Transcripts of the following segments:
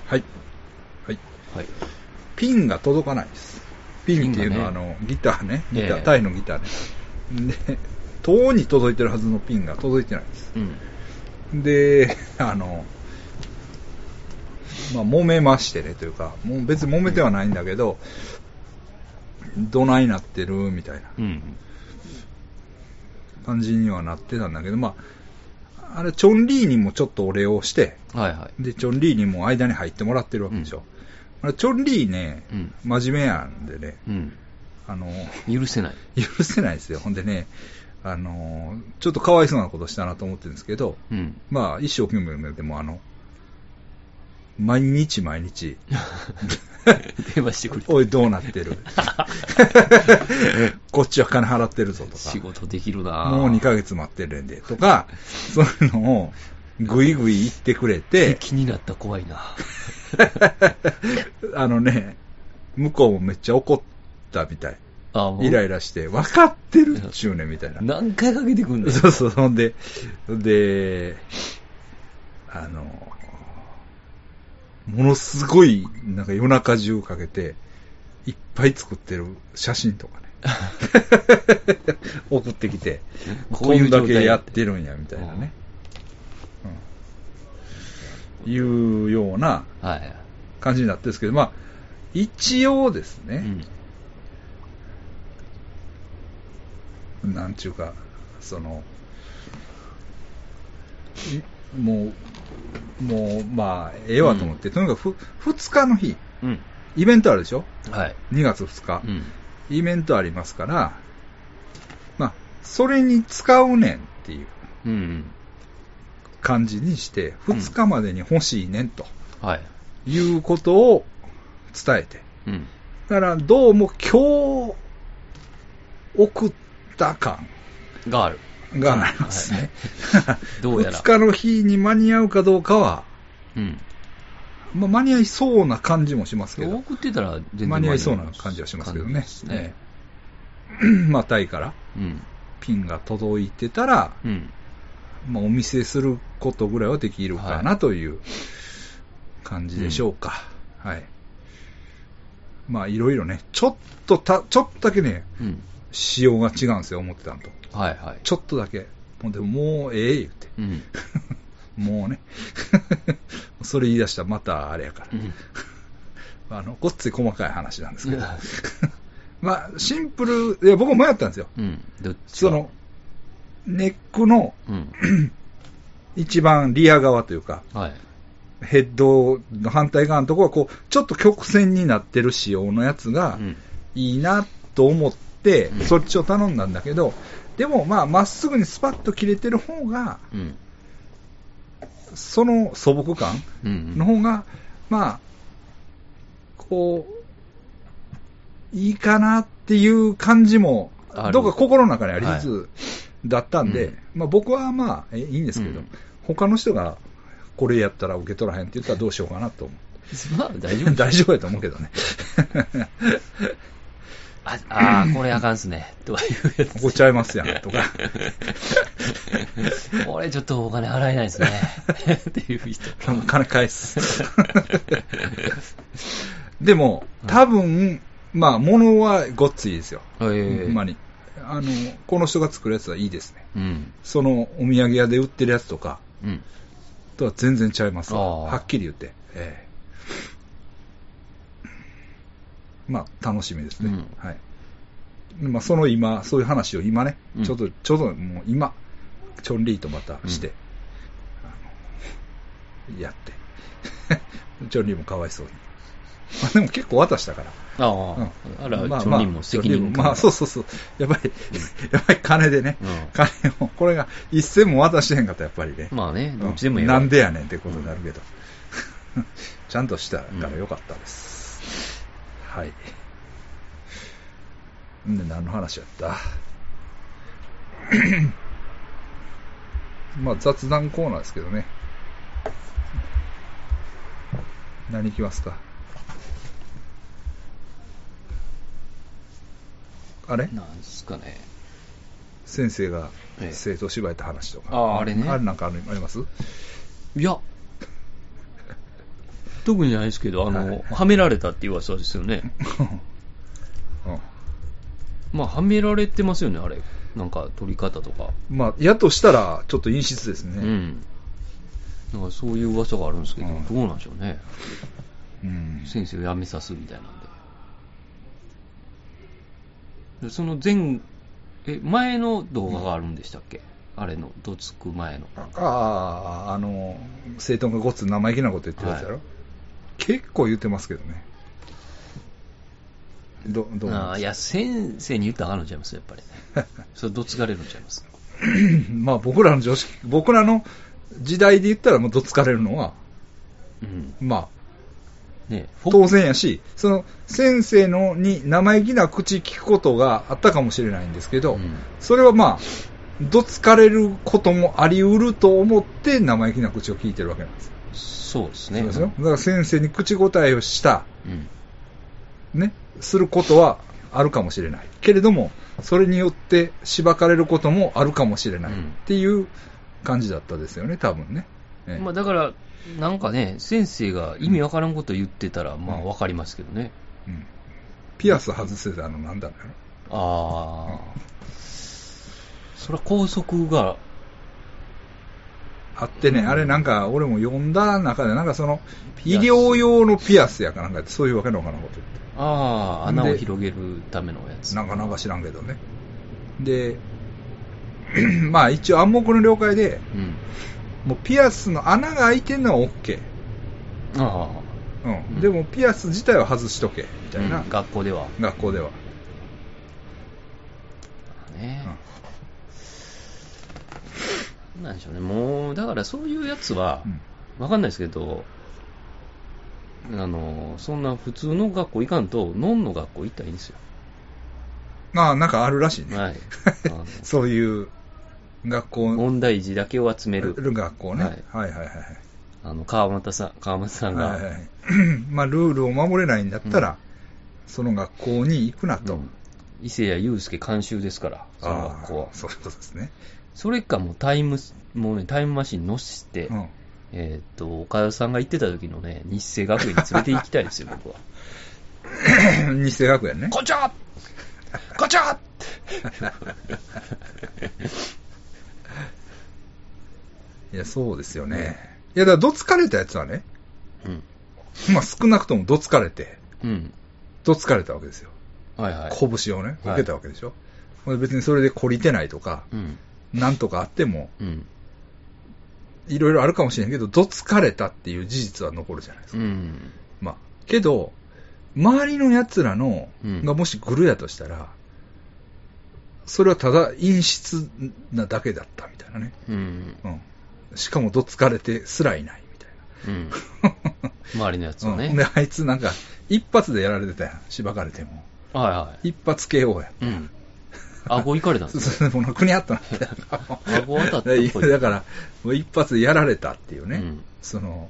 はい。はい。 はい。 ピンが届かないです。ピンっていうのは、ギターね。タイのギターね。で、塔に届いてるはずのピンが届いてないです。うん。で、まあ、揉めましてねというか、もう別に揉めてはないんだけど、どないなってるみたいな感じにはなってたんだけど、まあ、あれ、チョンリーにもちょっとお礼をして、 はいはい。 で、チョンリーにも間に入ってもらってるわけでしょ。あれチョンリーね、真面目なんでね、 許せない。 許せないですよ。ほんでね、ちょっとかわいそうなことしたなと思ってるんですけど、まあ、一生懸命でも毎日電話してくれおいどうなってるこっちは金払ってるぞとか仕事できるなもう2ヶ月待ってるんでとかそういうのをぐいぐい言ってくれて気になった怖いな向こうもめっちゃ怒ったみたいイライラして分かってるっちゅうねみたいな何回かけてくんねんそうそうほんでものすごいなんか夜中中かけていっぱい作ってる写真とかね送ってきてこんだけやってるんやみたいなね、いうような感じになってるんですけど、まあ一応ですね、なんちゅうかもうまあええわと思って、とにかく2日の日、イベントあるでしょ、2月2日、イベントありますから、まあそれに使うねんっていう感じにして2日までに欲しいねんと、いうことを伝えて、だからどうも今日送った感がありますね。どうやら2日の日に間に合うかどうかは、まあ、間に合いそうな感じもしますけど、 送ってたら全然間に合いそうな感じはしますけどね。まあタイからピンが届いてたら、まあ、お見せすることぐらいはできるかなという感じでしょうか。はい。まあいろいろね、ちょっとだけね、仕様が違うんですよ、思ってたのと。ちょっとだけ。でももうええ言って。もうね。それ言い出したらまたあれやから。ごっつい細かい話なんですけど。まあ、シンプル、いや、僕も迷ったんですよ。その、ネックの、一番リア側というか、ヘッドの反対側のところはこう、ちょっと曲線になってる仕様のやつがいいなと思って、そっちを頼んだんだけど、でもまあまっすぐにスパッと切れてる方が、その素朴感の方が、まあこういいかなっていう感じもどうか心の中にありつつだったんで、まあ僕はまあいいんですけど、他の人がこれやったら受け取らへんって言ったらどうしようかなと思う。 まあ大丈夫大丈夫やと思うけどね。 これあかんっすね。とかいうやつ。 怒っちゃいますやん、とか。 これちょっとお金払えないですね。っていう人。 金返す。でも、多分、まあ、物はごっついですよ。ほんまに。この人が作るやつはいいですね。そのお土産屋で売ってるやつとか、とは全然ちゃいますわ。はっきり言って。まあ、楽しみですね。はい。まあ、そういう話を今ね、ちょうどもう今、チョンリーとまたして、やって。チョンリーもかわいそうに。まあ、でも結構渡したから。チョンリーも責任感。まあ、そう。やっぱり金でね、金を、これが一銭も渡してへんかったらやっぱりね。 まあね、どっちでもいい。 なんでやねんってことになるけど。ちゃんとしたからよかったです。はい。で、何の話やったまあ雑談コーナーですけどね。何行きますか。あれなんすかね。 先生が生徒を縛いた話とか。 あれね。 あれなんかあります？ いや。 特にないですけど、はめられたっていう噂ですよね。まあ、はめられてますよね、あれ。なんか、取り方とか。 まあ、やとしたら、ちょっと陰湿ですね。 うん。なんか、そういう噂があるんですけど、どうなんでしょうね。先生を辞めさすみたいなんで。その前の動画があるんでしたっけ？あれの、どつく前の。 生徒がごつ生意気なこと言ってるやつやろ、結構言ってますけどね。どういや、先生に言ったらあかんのちゃいますやっぱり。それどつかれるんちゃいます。 まあ僕らの僕らの時代で言ったらもうどつかれるのは、まあ、ね、当然やし、その先生のに生意気な口聞くことがあったかもしれないんですけど、それはまあ、どつかれることもあり得ると思って生意気な口を聞いてるわけなんです。 そうですね。 そうですよ。だから先生に口答えをした、ね、することはあるかもしれない。けれども、それによってしばかれることもあるかもしれないっていう感じだったですよね、多分ね。 まあだから、なんかね、先生が意味わからんこと言ってたら、まあわかりますけどね。 ピアス外せたのなんだろう。それは校則があってね、あれなんか俺も読んだ中でなんかその医療用のピアスやかなんかそういうわけのわからんこと言って。 穴を広げるためのやつ。 なんか知らんけどね。で、まあ一応暗黙の了解で、もうピアスの穴が開いてんのは OK。でもピアス自体は外しとけみたいな。 学校では。ね。なんでしょうね。もうだからそういうやつはわかんないですけど、そんな普通の学校行かんとノンの学校行ったらいいんですよ。 なんかあるらしいね。 はい。 そういう学校問題児だけを集める学校ね。はい。 川又さんが、 まあルールを守れないんだったら、その学校に行くなと。 伊勢谷友介監修ですから、その学校は。 そういうことですね。 それかもうタイムマシン乗せて、岡田さんが行ってた時のね、日生学園に連れて行きたいですよ、僕は。 日生学園ね。 こちゃこちゃいや、そうですよね。いや、だからどつかれたやつはね、まあ少なくともどつかれて、どつかれたわけですよ。拳をね、受けたわけでしょ。別にそれで懲りてないとか、なんとかあっても、いろいろあるかもしれんけど、どつかれたっていう事実は残るじゃないですか。まあ、けど、周りの奴らの、がもしグルやとしたら、それはただ陰湿なだけだったみたいなね。しかもどつかれてすらいないみたいな。 周りのやつをね。 で、あいつなんか、一発でやられてたやん。しばかれても。一発 KO や。 顎いかれたんですよ。 もう国あったな。 顎当たった。 だから、もう一発でやられたっていうね。その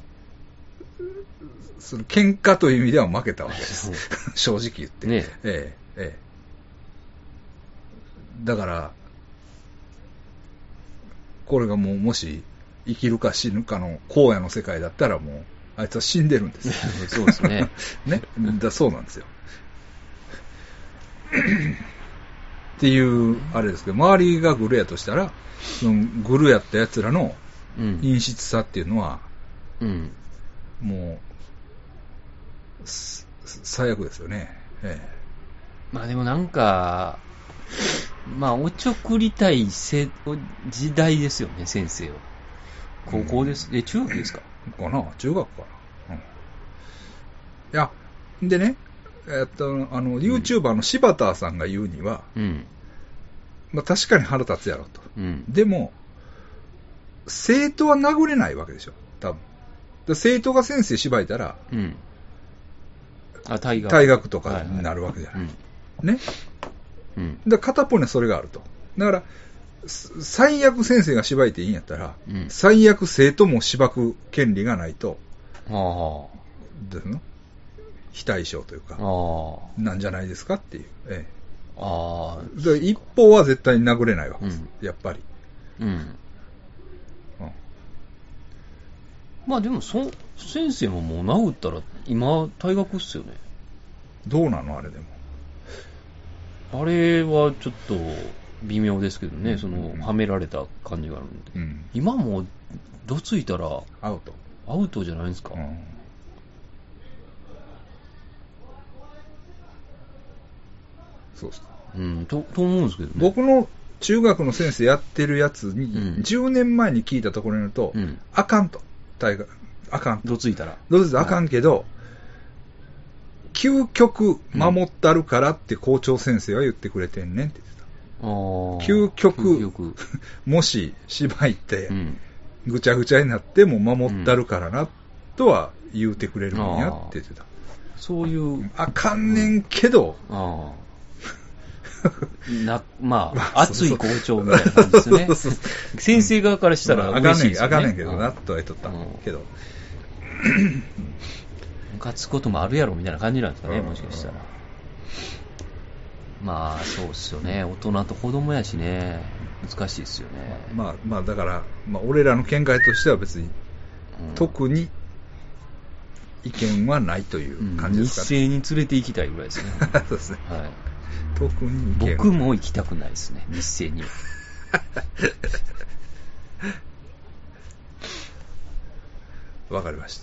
喧嘩という意味では負けたわけです。正直言って。ね。だから、これがもし生きるか死ぬかの荒野の世界だったらもう、あいつは死んでるんですよ。 そうですね。 ね。そうなんですよ。っていう、あれですけど、周りがグルやとしたら、そのグルやった奴らの陰湿さっていうのは、もう、最悪ですよね。 まあでもなんか、まあおちょくりたい時代ですよね、先生は。高校です。中学ですか？ かな？中学かな。いや、でね、YouTuber の柴田さんが言うには、まあ確かに腹立つやろと。でも、生徒は殴れないわけでしょ、多分。生徒が先生縛いたら、退学とかになるわけじゃない。ね。だから片っぽにはそれがあると。だから、最悪先生が縛いていいんやったら、最悪生徒も縛く権利がないと、ですの非対称というか、なんじゃないですかっていう。で一方は絶対に殴れないわけです。やっぱり。 まあでも先生ももう治ったら今退学っすよね。 どうなのあれでも。 あれはちょっと微妙ですけどね、そのはめられた感じがあるんで、今もうどついたらアウトじゃないですか。 そうですか。 と思うんですけどね。 僕の中学の先生やってるやつに、10年前に聞いたところによると、あかんと。あかんと。 どついたらあかんけど、究極守ったるからって校長先生は言ってくれてんねんって言ってた。究極もし芝居ってぐちゃぐちゃになっても守ったるからなとは言うてくれるんやって言ってた。 そういうあかんねんけど、 まあ熱い校長みたいな感じですね。先生側からしたら嬉しいですよね。 あかんねんけどなとは言っとったけど。 ムカつくこともあるやろみたいな感じなんですかね、もしかしたら。まあそうっすよね、大人と子供やしね、難しいですよね。 まあだから、俺らの見解としては別に、特に意見はないという感じですかね。 日生に連れて行きたいぐらいですね。 そうですね。 はい。 特に意見僕も行きたくないですね、日生には。 わかりました。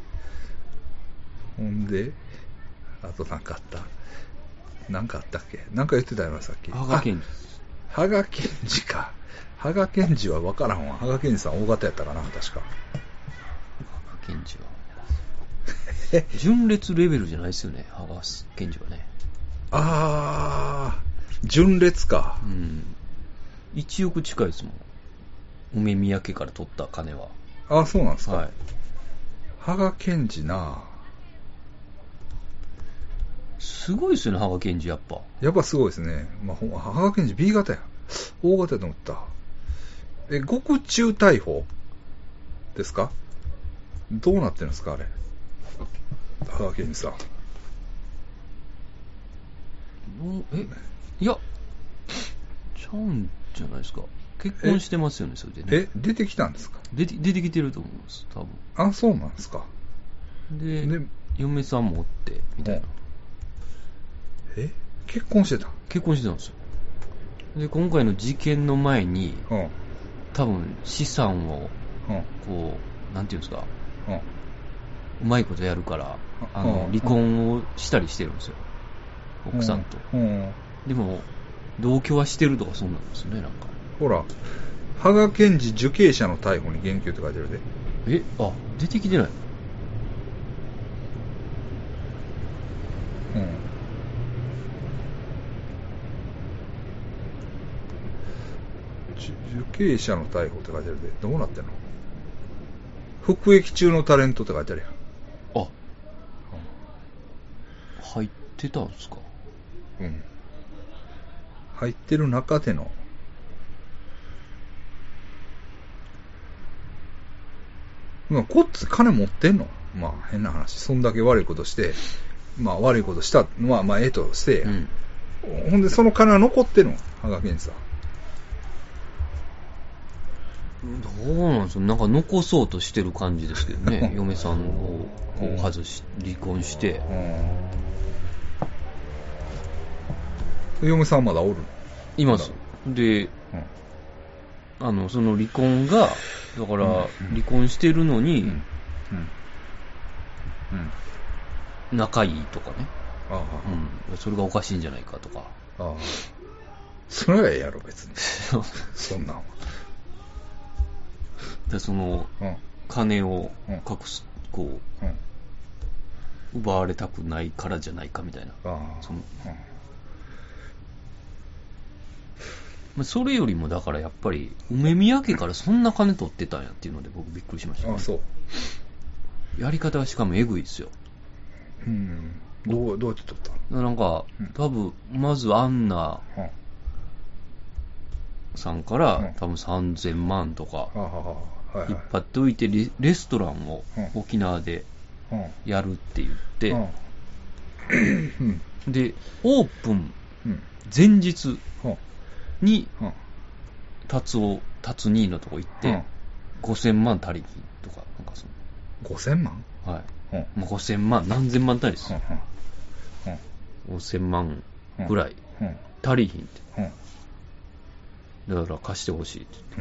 ほんで、あと何かあったっけ？なんか言ってたよな、さっき。 羽賀健二。羽賀健二か。羽賀健二は分からんわ。羽賀健二さん大型やったかな、確か。 羽賀健二は。純烈レベルじゃないですよね、羽賀健二はね。 純烈か。 1億近いですもん。梅宮家から取った金は。 そうなんですか。 はい。 羽賀健二な。 すごいですよね、羽賀健二やっぱすごいですね。羽賀健二 B 型や。大型やと思った。獄中逮捕ですか？どうなってるんですか、あれ。羽賀健二さん。 いや、ちゃうんじゃないですか。結婚してますよね、それでね。 出てきたんですか？ 出てきてると思います、多分。 そうなんですか。 で、嫁さんもおって、みたいな。 結婚してたんですよ。で、今回の事件の前に、多分資産を、こう、なんていうんですか、うまいことやるから、離婚をしたりしてるんですよ。奥さんと。でも、同居はしてるとかそうなんですよね、なんか。 ほら、羽賀健二受刑者の逮捕に言及って書いてるで。 出てきてない。 受刑者の逮捕って書いてあるで。どうなってんの？服役中のタレントって書いてあるやん。 入ってたんですか？ 入ってる中での。こっち金持ってんの？変な話。そんだけ悪いことして、悪いことしたのは、として、ほんでその金は残ってるの？羽賀健二さん。 どうなんですか、なんか残そうとしてる感じですけどね。嫁さんをこう外し、離婚して。 嫁さんまだおるの？ います。で、その離婚が、だから、離婚してるのに、仲いいとかね。それがおかしいんじゃないかとか。 それはええやろ、別に。そんなんは。 で、その、金を隠す、こう、奪われたくないからじゃないかみたいな。それよりもだからやっぱり梅宮家からそんな金取ってたんやっていうので僕びっくりしましたね。 そうやり方はしかもエグいですよ。 どうやって取った？ なんか、多分まずアンナさんから多分3000万とか引っ張っておいてレストランを沖縄でやるって言ってでオープン前日に達兄のとこ行って 5000万足りひんとか、なんかその。5000万？ はい。まあ、5000万、何千万足りです。5000万ぐらい足りひんって。だから貸してほしいって。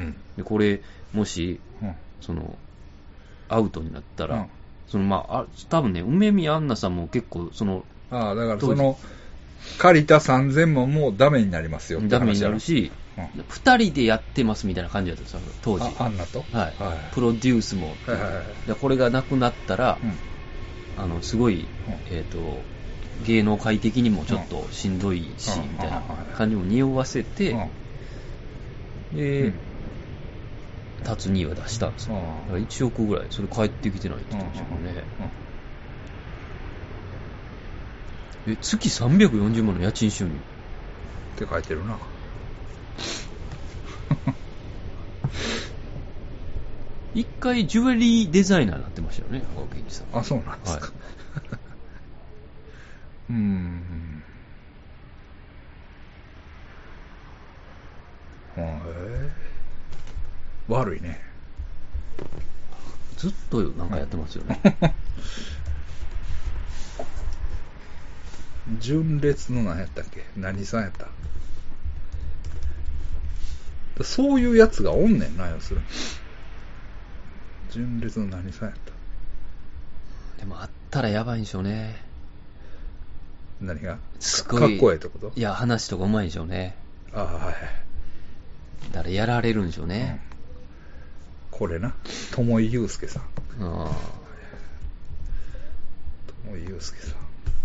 で、これ、もし、その、アウトになったら、そのまあ、多分ね、梅宮アンナさんも結構、その、 だからその、借りた3000万もダメになりますよって話。 ダメになるし、2人でやってますみたいな感じだったんですよ、当時。 アンナと？ はい。プロデュースも。これがなくなったら、すごい、芸能界的にもちょっとしんどいし、みたいな感じも匂わせて、で、達には出したんですよ。1億ぐらい、それ返ってきてないって言ってましたからね。月340万の家賃収入って書いてるな。 一回ジュエリーデザイナーになってましたよね、青木健二さん。 そうなんですか。悪いね。 ずっとなんかやってますよね。 純烈の何やったっけ？何さんやった？そういうやつがおんねんな、要するに。純烈の何さんやった？ でもあったらやばいんでしょうね。 何が？ すごい。 かっこええってこと？ いや、話とかうまいんでしょうね。 はい。 だからやられるんでしょうね。 これな。友井祐介さん。友井祐介さん。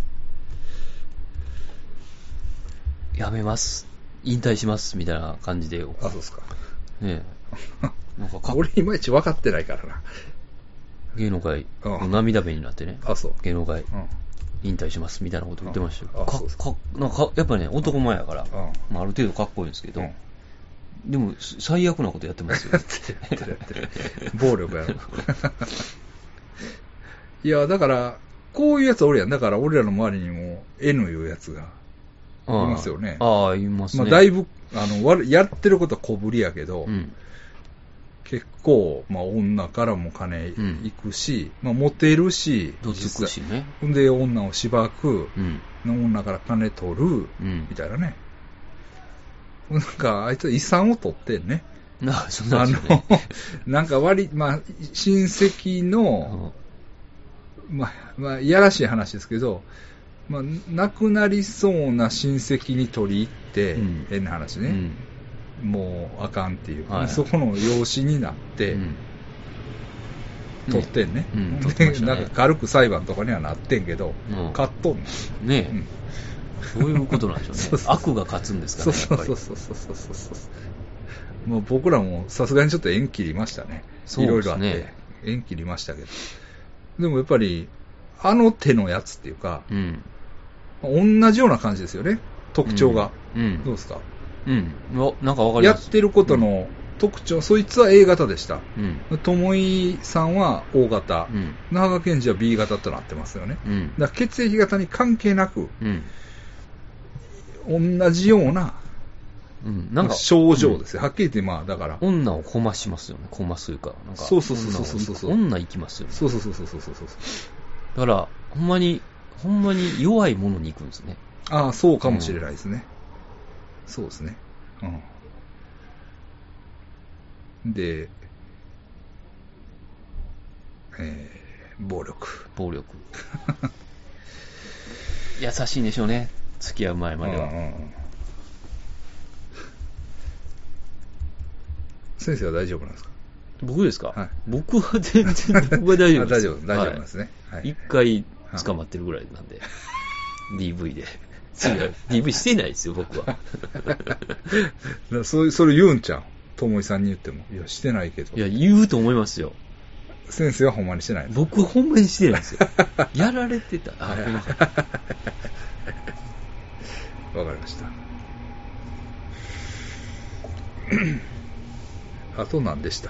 やめます。引退します。みたいな感じで。 そうですか。 ねえ。なんか俺いまいち分かってないからな。 芸能界、涙目になってね。 そう。 芸能界、引退します。みたいなこと言ってましたよ。 なんかやっぱね、男前やから、まあ、ある程度かっこいいんですけど、でも、最悪なことやってますよ。 やってる。暴力やろ。いや、だから、こういうやつおるやん。だから、俺らの周りにも N いうやつがいますよね。 いますね。 まあ、だいぶ、やってることは小ぶりやけど、結構、まあ、女からも金いくし、まあ、モテるし、 どつくしね。 で、女をしばく、女から金取る、みたいなね。なんか、あいつは遺産を取ってんね。 そうなんですよね。 なんかまあ、親戚の、まあ、いやらしい話ですけど、まあ、亡くなりそうな親戚に取り入って、変な話ね、もうあかんっていう、そこの養子になって、取ってんね。で、なんか軽く裁判とかにはなってんけど、勝っとんね。ねそういうことなんでしょうね。悪が勝つんですかね。 そう。もう僕らもさすがにちょっと縁切りましたね。いろいろあって、縁切りましたけど。でもやっぱり、あの手のやつっていうか、同じような感じですよね、特徴が。どうですか？ なんかわかります。 やってることの特徴、そいつは A 型でした。友井さんは O 型。長川健二は B 型となってますよね。だから血液型に関係なく、同じような、なんか症状ですよ。はっきり言って、まあ、だから。 女をこますしますよね。こますというか。なんかそう。 女行きますよね。 そう。だから、ほんまに弱いものに行くんですね。 そうかもしれないですね。そうですね。で、暴力。 優しいんでしょうね。付き合う前までは。 先生は大丈夫なんですか？ 僕ですか？ はい。 僕は全然、僕は大丈夫です。 大丈夫ですね。 一回捕まってるぐらいなんで。DV で。DV してないですよ、僕は。 それ言うんちゃう？友井さんに言っても。いや、してないけど。 いや、言うと思いますよ。 先生はほんまにしてない。 僕はほんまにしてないですよ。やられてた。わかりました。 わかりました。あと何でした？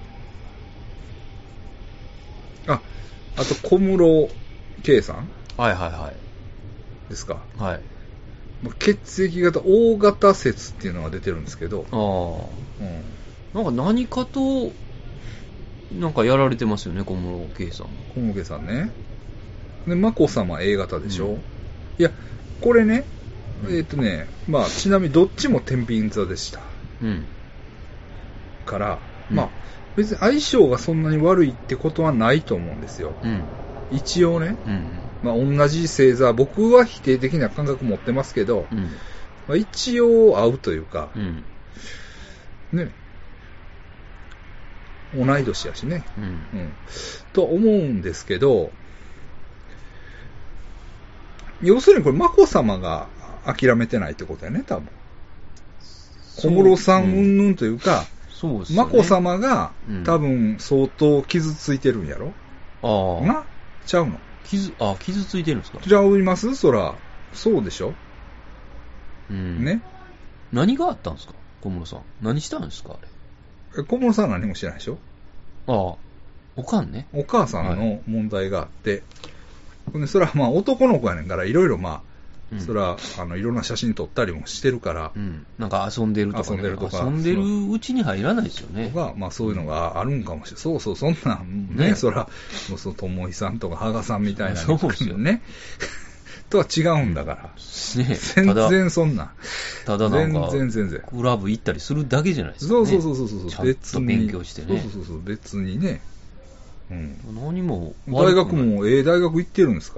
あと小室圭さん？ですか？ はい。 血液型 O 型説っていうのが出てるんですけど、 なんか何かとなんかやられてますよね、小室圭さん。 小室圭さんね。で、眞子さま A 型でしょ、いや、これね、まあ、ちなみにどっちも天秤座でした。から、まあ、別に相性がそんなに悪いってことはないと思うんですよ。一応ね、まあ、同じ星座、僕は否定的な感覚持ってますけど、まあ、一応合うというか、ね、同い年やしね、と思うんですけど、要するにこれ眞子さまが諦めてないってことやね、多分。小室さん云々というか、 そうですね、 眞子さまが多分相当傷ついてるんやろ、なちゃうの傷ついてるんですか。 じゃあいますそら、そうでしょ、ね。 何があったんですか小室さん。何したんですかあれ。 小室さんは何も知らないでしょ。 おかんね。 お母さんの問題があって、でそれはまあ男の子やねんから、いろいろまあ、それはいろんな写真撮ったりもしてるから、 なんか遊んでるとか、ね、遊んでるうちに入らないですよね。 まあそういうのがあるんかもしれない。そうそう、そんなんね、そら、ともいさんとか羽賀さんみたいなそうですよね。とは違うんだから。 ね、 全然そんな。 ただなんか、 全然。 クラブ行ったりするだけじゃないですか、 ね。そう。 ちゃんと勉強してね。 そう、別にね。 何も。 大学も大学行ってるんですから。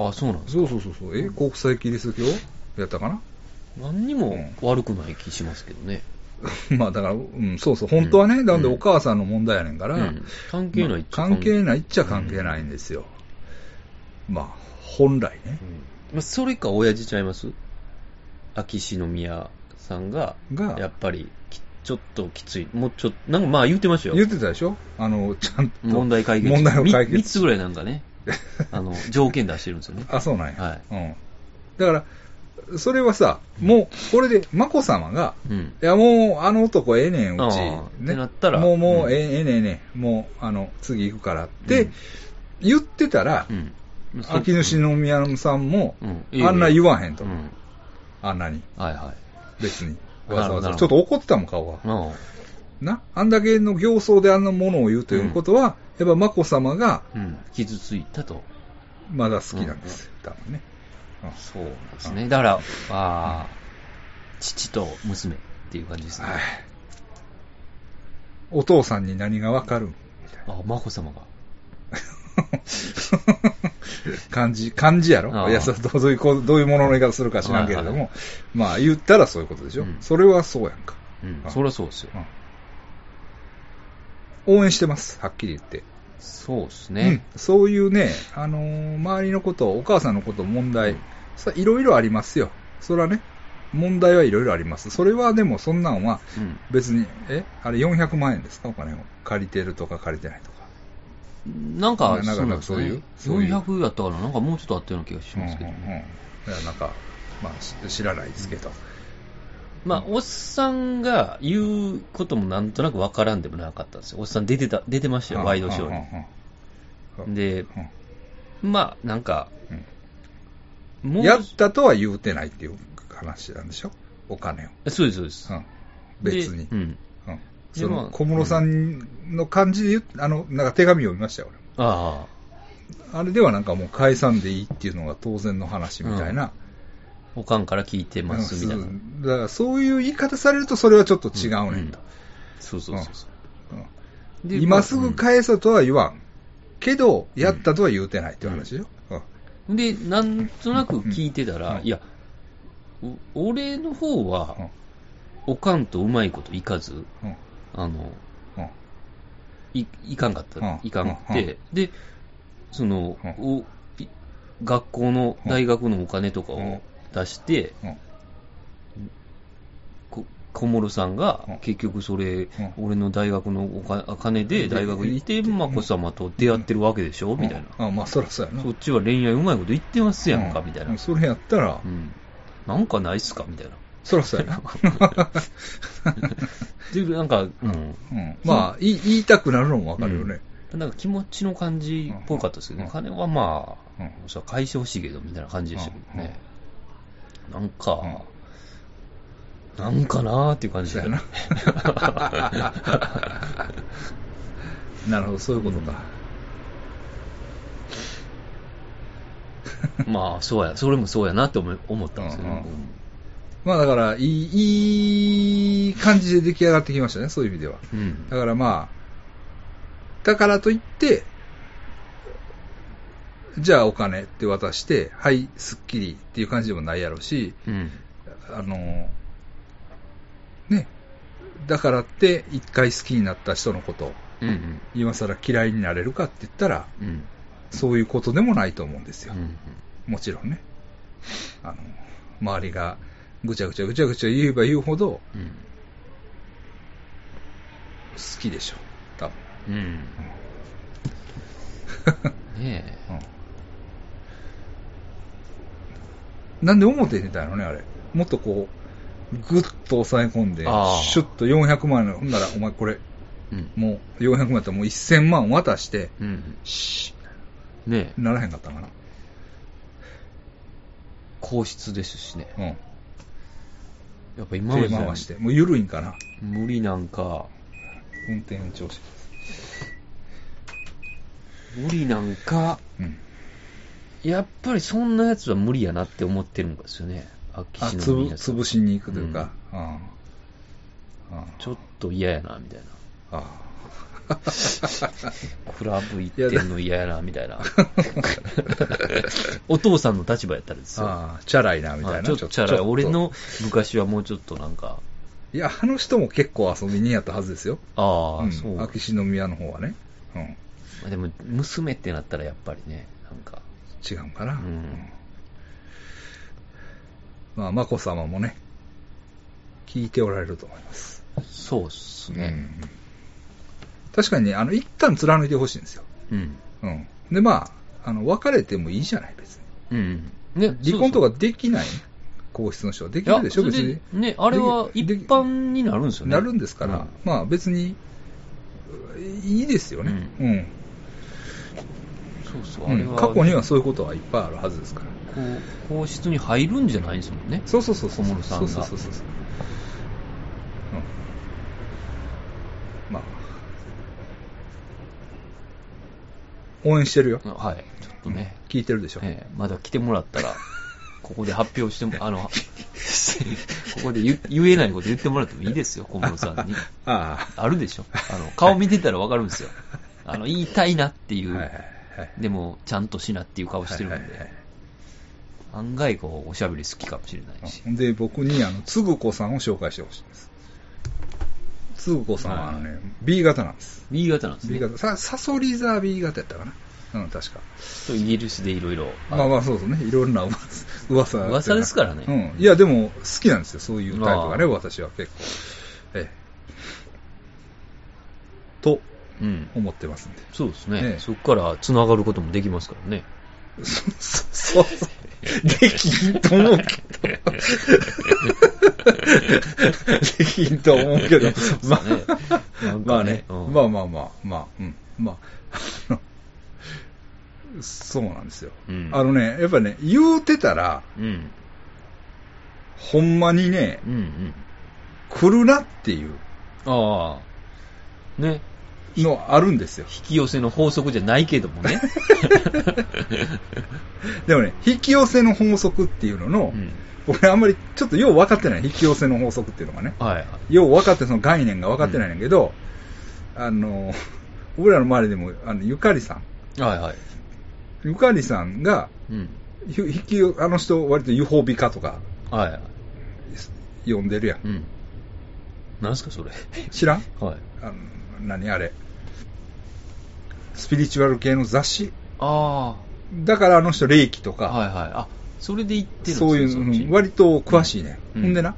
そうなんですか。 そう。国際キリスト教やったかな。 何にも悪くない気しますけどね。 まあだから、そう、本当はね、なんでお母さんの問題やねんから、 関係ないっちゃ関係ないっちゃ関係ないんですよ。まあ、本来ね。 それか親父ちゃいます？秋篠宮さんが、やっぱり、ちょっときつい。もうちょっと、なんかまあ言ってましたよ。 言ってたでしょちゃんと。 問題解決。 問題を解決。 3つぐらいなんかね、条件出してるんですよね。 そうなんや。だから、それはさ、もう、これで、眞子さまが、いや、もう、あの男ええねん、うち。ね。 ってなったら。 もう、ええねん、もう、次行くからって、言ってたら、秋篠宮さんも、あんな言わへんと。あんなに。別に。わざわざ。ちょっと怒ってたもん、顔が。あんだけの形相であんなものを言うということは、やっぱ眞子さまが、 傷ついたと。 まだ好きなんですよ、多分ね。 そうですね。だから、父と娘っていう感じですね。 お父さんに何がわかるみたいな。 眞子さまが。 漢字やろ。いや、どういうものの言い方するか知らんけれども、まあ言ったらそういうことでしょ。それはそうやんか。 それはそうですよ。 応援してます、はっきり言って。 そうですね。 そういうね、周りのこと、お母さんのこと、問題、いろいろありますよ。それはね、問題はいろいろあります。それはでも、そんなんは、別に、あれ400万円ですか、お金を。借りてるとか借りてないとか。 なんか、 そういう。 400やったから、なんかもうちょっとあったような気がしますけど。 いや、なんか、まあ、知らないですけど。 まあ、おっさんが言うこともなんとなくわからんでもなかったんですよ。おっさん出てましたよ、ワイドショーに。で、まあ、なんか、 やったとは言うてないっていう話なんでしょ、お金を。 そうです。 別に。その小室さんの感じでなんか手紙を見ましたよ、俺。あれではなんかもう解散でいいっていうのが当然の話みたいな。 おかんから聞いてますみたいな。 だからそういう言い方されるとそれはちょっと違うねんと。 そう。 今すぐ返そうとは言わん。けど、やったとは言うてないっていう話よ。 で、なんとなく聞いてたら、いや、俺の方は、おかんとうまいこといかず、いかんかった。いかんって。で、学校の、大学のお金とかを出して、小室さんが結局それ、俺の大学のお金で大学行って眞子さまと出会ってるわけでしょみたいな。 まあそらそうやな。 そっちは恋愛うまいこと言ってますやんかみたいな。 それやったら、 なんかないっすかみたいな。 そらそうやな。 で、なんか、 まあ言いたくなるのもわかるよね。 なんか気持ちの感じっぽかったですけどね。金はまあ、返してほしいけどみたいな感じでしたけどね。なんか、なんかなーっていう感じだよね。 なるほど、そういうことか。 まあ、そうや、それもそうやなって思ったんですよね。 まあだから、いい感じで出来上がってきましたね、そういう意味では。だからまあ、だからといって、じゃあお金って渡して、はい、スッキリっていう感じでもないやろし、ね、だからって一回好きになった人のこと、今更嫌いになれるかって言ったら、そういうことでもないと思うんですよ。もちろんね。周りがぐちゃぐちゃ言えば言うほど、好きでしょ、多分。 ねえ。 なんで表みたいなのね、あれ。もっとこう、ぐっと抑え込んで、シュッと400万円、ほんなら、お前これ、もう400万円だったらもう1000万渡して、シーッ、ねえ。ならへんかったかな。 皇室ですしね。やっぱ今まで回して、もう緩いんかな。 無理なんか。 運転調子。 無理なんか。やっぱりそんなやつは無理やなって思ってるんですよね。 潰しに行くというか。 ちょっと嫌やな、みたいな。クラブ行ってんの嫌やな、みたいな。お父さんの立場やったらですよ。 チャラいな、みたいな。 ちょっとチャラい。俺の昔はもうちょっとなんか。 いや、あの人も結構遊びにやったはずですよ。そう。秋篠宮の方はね。 でも、娘ってなったらやっぱりね、なんか。 違うかな。まあ、眞子さまもね、聞いておられると思います。 そうっすね。 確かにね、一旦貫いてほしいんですよ。で、まあ、別れてもいいじゃない、別に。ね、離婚とかできない、皇室の人は。できるでしょ、別に。 ね、あれは一般になるんですよね。 なるんですから、まあ別に、いいですよね。過去にはそういうことはいっぱいあるはずですから。 皇室に入るんじゃないんですもんね。 そう。小室さんが。 まあ。応援してるよ。 はい。ちょっとね。 聞いてるでしょ。 まだ来てもらったら、ここで発表しても、ここで言えないこと言ってもらってもいいですよ、小室さんに。あるでしょ。顔見てたらわかるんですよ。言いたいなっていう。でも、ちゃんとしなっていう顔してるんで、案外おしゃべり好きかもしれないし。 で、僕に、つぐこさんを紹介してほしいんです。つぐこさんはB 型なんです。 B 型なんですね。 B 型。サソリ座 B 型やったかな。確か。 イギリスでいろいろ。 まあそうですね。いろんな噂。 噂ですからね。 いや、でも、好きなんですよ。そういうタイプがね、私は結構。と、思ってますんで。 そうですね。そこから繋がることもできますからね。 そう。できんと思うけど。できんと思うけど。まあね。そうなんですよ。やっぱね、言うてたら、ほんまにね、来るなっていう。 ね。 のあるんですよ。 引き寄せの法則じゃないけどもね。 でもね、引き寄せの法則っていうのの、俺あんまりちょっとよう分かってない、引き寄せの法則っていうのがね。よう分かって、その概念が分かってないんだけど、俺らの周りでも、ゆかりさん。ゆかりさんが、あの人割とユホビカとか、呼んでるやん。 何すかそれ。 知らん？何あれ。スピリチュアル系の雑誌。だからあの人霊気とか。 それで言ってるんですそういう、割と詳しいね。ほんでな、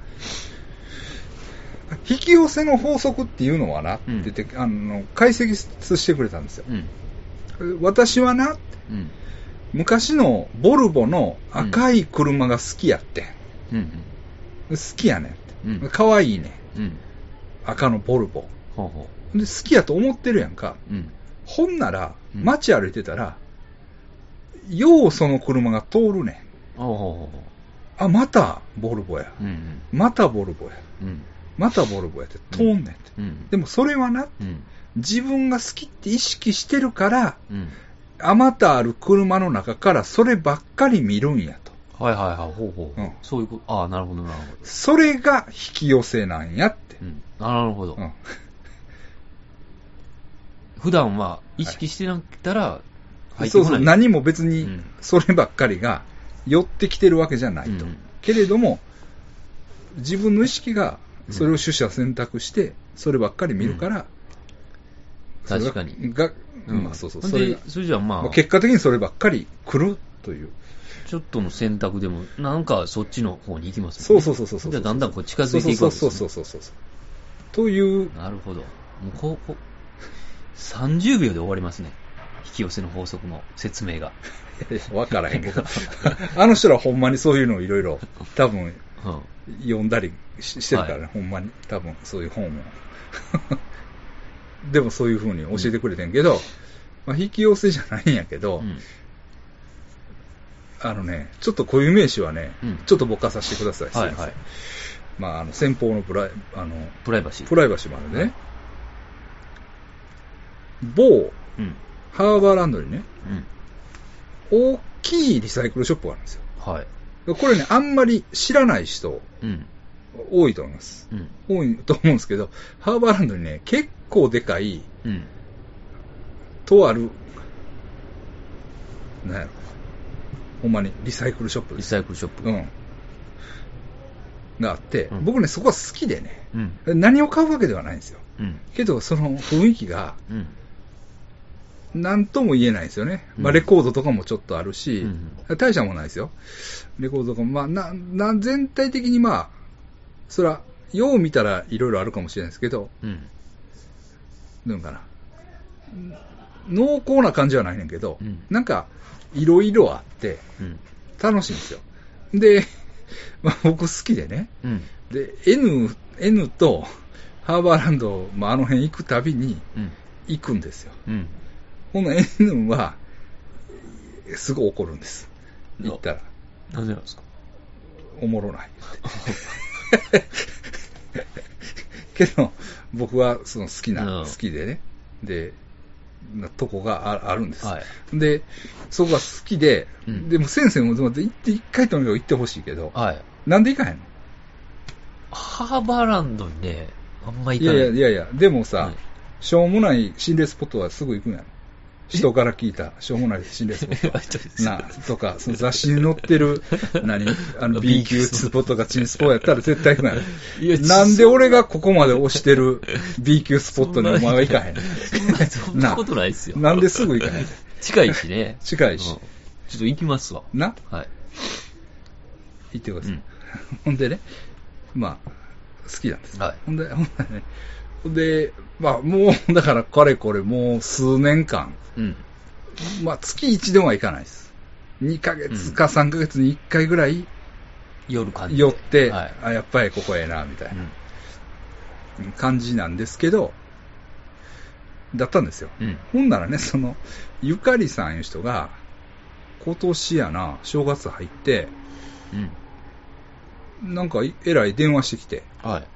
引き寄せの法則っていうのはな、って言って、解析してくれたんですよ。私はな、昔のボルボの赤い車が好きやってん。好きやねん。かわいいね。赤のボルボ。で好きやと思ってるやんか。ほんなら、街歩いてたら、ようその車が通るねん。またボルボや。またボルボや。 またボルボやって通んねんって。でもそれはな、自分が好きって意識してるから、あまたある車の中からそればっかり見るんやと。 はいはいはい、ほうほう。そういうこと、ああ、なるほどなるほど。 それが引き寄せなんやって。 なるほど。普段は意識してなかったら入ってこない。そうそう、 何も別にそればっかりが寄ってきてるわけじゃないと。けれども、自分の意識がそれを取捨選択して、そればっかり見るから、 確かに。 まあそうそう。それじゃまあ、 結果的にそればっかり来るという。 ちょっとの選択でも、なんかそっちの方に行きますね。 そう。 じゃあだんだんこう近づいていくわけですね。 そう。という。 なるほど。もう30秒で終わりますね。引き寄せの法則の説明が。 わからへんけど。あの人らほんまにそういうのをいろいろ多分読んだりしてるからね、ほんまに。多分そういう本を。でもそういう風に教えてくれてんけど、まあ、引き寄せじゃないんやけど、ちょっと固有名詞はね、ちょっとぼかさせてください。はいはい。まあ、先方のプライバシーまでね、某、ハーバーランドにね、大きいリサイクルショップがあるんですよ。はい。これね、あんまり知らない人、多いと思います。多いと思うんですけど、ハーバーランドにね、結構でかい、とある、なんやろ、ほんまにリサイクルショップです。 リサイクルショップ。 があって、僕ね、そこは好きでね、何を買うわけではないんですよ。けど、その雰囲気が、なんとも言えないですよね。まあ、レコードとかもちょっとあるし、大したもないですよ。レコードとかも、まあ、全体的にまあ、そら、よう見たらいろいろあるかもしれないですけど、どうかな。濃厚な感じはないねんけど、なんか、いろいろあって、楽しいんですよ。で、まあ、僕好きでね、で、N とハーバーランド、まあ、あの辺行くたびに行くんですよ。この N は、すごい怒るんです。行ったら。 なんでなんですか？ おもろない。けど、僕はその好きでね、で、とこがあるんです。で、そこが好きで、でも先生も行って一回とにかく行ってほしいけど、なんで行かへんの？ ハーバーランドにね、あんま行かない。 いや、でもさ、しょうもない心霊スポットはすぐ行くんやろ。人から聞いた、しょうもない心霊スポット。な、とか、その雑誌に載ってる、B 級スポットがチンスポやったら絶対行くんやろ。なんで俺がここまで推してる B 級スポットにお前は行かへんの？ そんなことないですよ。 なんですぐ行かへんの？ 近いしね。 近いし。 ちょっと行きますわ。 な？はい。行ってください。ほんでね、まあ、好きなんです。はい。ほんで、まあ、もう、だから、かれこれ、もう数年間、まあ、月1では行かないです。2ヶ月か3ヶ月に1回ぐらい、寄って、あ、やっぱりここええな、みたいな感じなんですけど、だったんですよ。ほんならね、ゆかりさんいう人が、今年やな、正月入って、なんか、えらい電話してきて、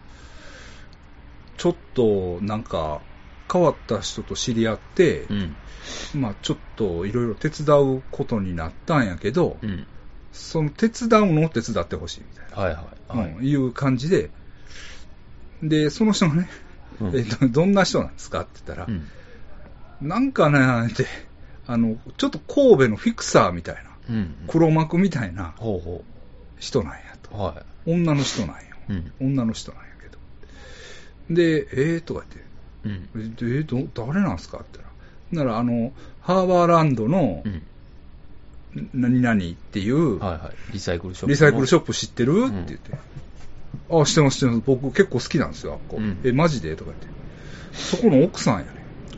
ちょっとなんか変わった人と知り合って、まあちょっといろいろ手伝うことになったんやけど、その手伝うのを手伝ってほしいみたいな、いう感じで、で、その人がね、どんな人なんですかって言ったら、なんかね、って、ちょっと神戸のフィクサーみたいな、黒幕みたいな人なんやと。女の人なんよ。女の人なんやけど。で、とか言って、誰なんすかって言ったら、ハーバーランドの、何々っていう、 リサイクルショップ知ってるって言って、あ、知ってます、僕結構好きなんですよ。マジでとか言って。そこの奥さんやね。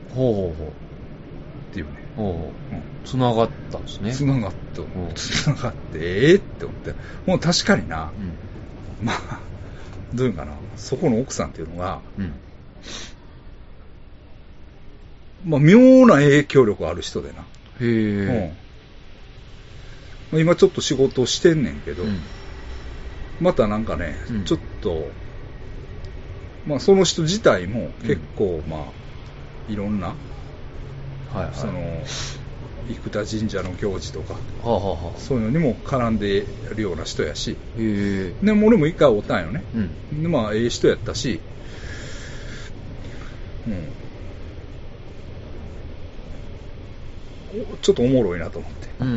っていうね。 繋がったんですね。 繋がって、って思って。もう確かにな、まあ、どういうかな、そこの奥さんっていうのが、まあ、妙な影響力ある人でな。今ちょっと仕事をしてんねんけど、またなんかね、ちょっと、 まあその人自体も結構まあいろんな、はいはい、その生田神社の行事とか、はあはあ、そういうのにも絡んでるような人やし、でも俺も一回会ったんよね、うん、でまあええ人やったし、うん、ちょっとおもろいなと思って、うん、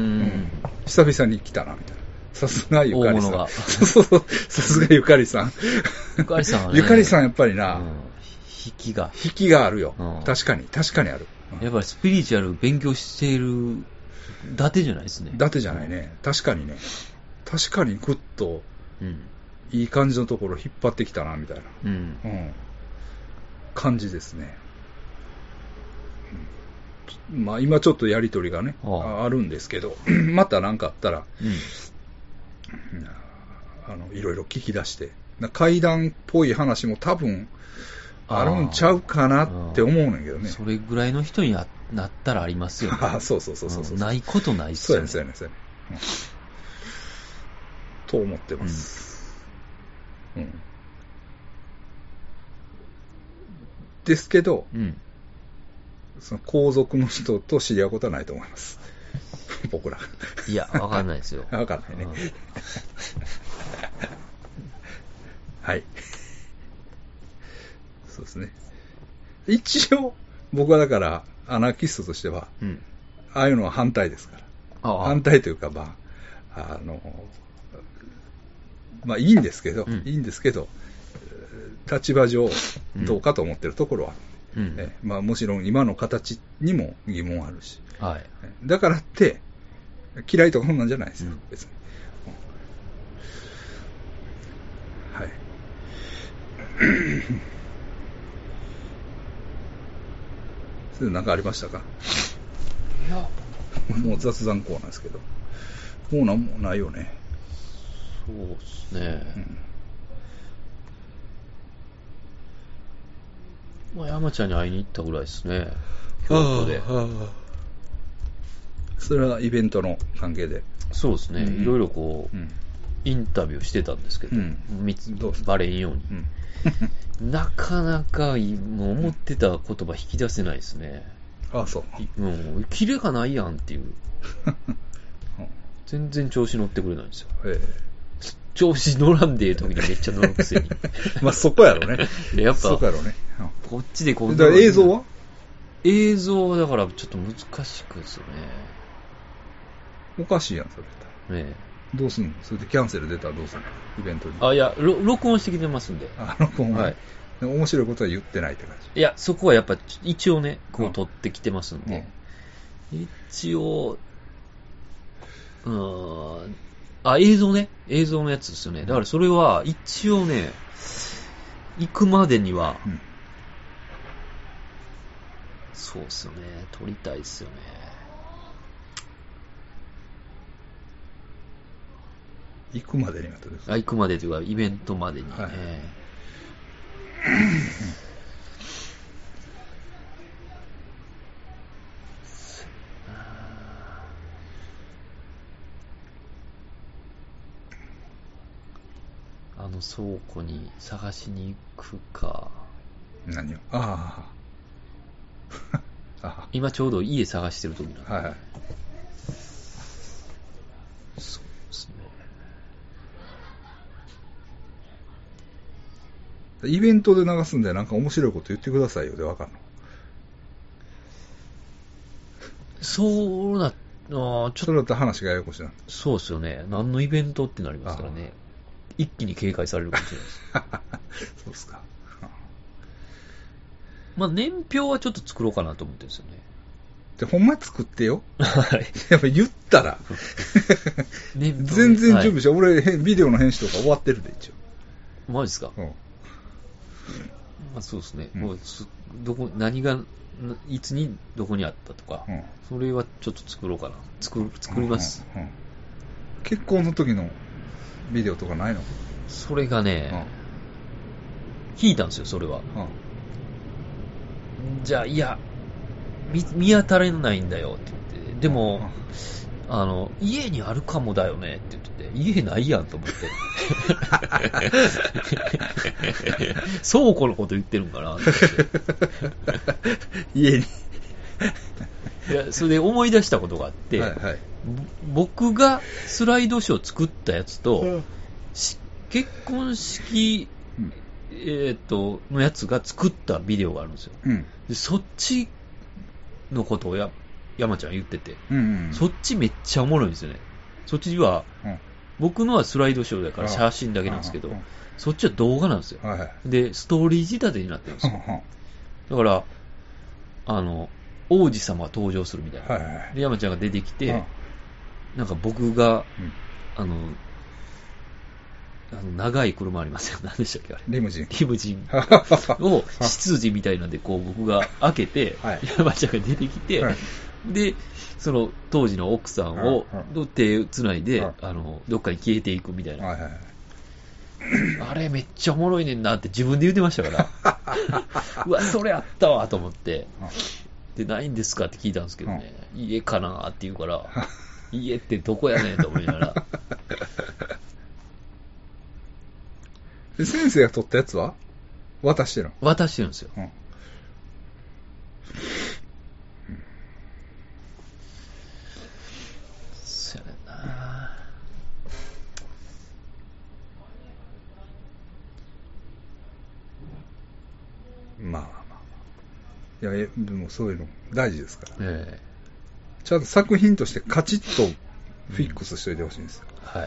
久々に来たなみたいな。さすがゆかりさん。さすがゆかりさん。 ゆかりさんはね。 ゆかりさんやっぱりな、 引きがあるよ。確かにある。 やっぱりスピリチュアル勉強している、伊達じゃないですね。 伊達じゃないね。確かにね。確かにグッと、いい感じのところ引っ張ってきたな、みたいな、感じですね。まあ今ちょっとやりとりがね、あるんですけど、また何かあったら、いろいろ聞き出して、怪談っぽい話も多分あるんちゃうかなって思うねんけどね。 それぐらいの人になったらありますよね。 そう。 ないことないっすよね。 そうやね。と思ってます。ですけど、その皇族の人と知り合うことはないと思います。僕ら。 いや、わかんないですよ。 わかんないね。はい。そうですね。一応、僕はだから、アナキストとしては、ああいうのは反対ですから。反対というか、まあ、まあいいんですけど、立場上、どうかと思ってるところは、まあもちろん今の形にも疑問あるし。はい、だからって、嫌いとかそんなんじゃないですよ、別に。はい。それなんかありましたか？いや、もう雑談コーナーですけど。コーナーもないよね。 そうですね。まあ、山ちゃんに会いに行ったぐらいですね。京都で。 それはイベントの関係で。 そうですね。いろいろこう、インタビューしてたんですけど、バレんように。なかなかもう思ってた言葉引き出せないですね。 そう。 キレがないやんっていう。全然調子乗ってくれないんですよ。調子乗らんでええ時にめっちゃ乗るくせに。 まあそこやろね。 やっぱ、 そこやろね。 こっちでこんな。 映像はだからちょっと難しくですよね。 おかしいやん、それ。どうすんの？それでキャンセル出たらどうするの？イベントに。 いや、録音してきてますんで。 録音は。はい。面白いことは言ってないって感じ。 いや、そこはやっぱ一応ね、こう撮ってきてますんで。一応、映像のやつですよね。だからそれは一応ね、行くまでには、そうっすよね、撮りたいっすよね。 行くまでにはとです。 行くまでというか、イベントまでに。倉庫に探しに行くか。 何を？ 今ちょうど家探してる時なんで。 はい。 そうですね。イベントで流すんでなんか面白いこと言ってくださいよでわかんの。 そうな、ちょっと。 それだったら話がややこしいな。 そうですよね。何のイベントってなりますからね。一気に警戒されるかもしれないです。 そうですか。 まあ年表はちょっと作ろうかなと思ってるんですよね。 で、ほんま作ってよ。 はい。 やっぱ言ったら。全然準備して、俺、ビデオの編集とか終わってるで、一応。 マジですか？まあそうですね。もう何が、いつにどこにあったとか、それはちょっと作ろうかな。作ります。 結婚の時のビデオとかないの？ それがね、引いたんですよ、それは。じゃあ、いや、見当たれないんだよって言って。でも、 家にあるかもだよねって言ってて、家ないやんと思って。倉庫のこと言ってるんかなって思って。 家に。 いや、それで思い出したことがあって、はいはい、僕がスライドショー作ったやつと、結婚式、のやつが作ったビデオがあるんですよ。でそっちのことを山ちゃん言ってて、そっちめっちゃおもろいんですよね。そっちは、僕のはスライドショーだから写真だけなんですけど、そっちは動画なんですよ。で、ストーリー仕立てになってるんですよ。だから、王子様が登場するみたいな。で、山ちゃんが出てきて、なんか僕が、長い車ありますよ。何でしたっけあれ。 リムジンを執事みたいなんでこう僕が開けて、山ちゃんが出てきて、でその当時の奥さんを手つないでどっかに消えていくみたいな、あれめっちゃおもろいねんなって自分で言ってましたからうわそれあったわと思ってでないんですかって聞いたんですけどね、家かなって言うから家ってどこやねんと思いながらで先生が撮ったやつは渡してるの？ 渡してるんですよ。そうやねんな。 まあ。いや、でもそういうの大事ですから。ちゃんと作品としてカチッとフィックスしといてほしいんですよ。はい。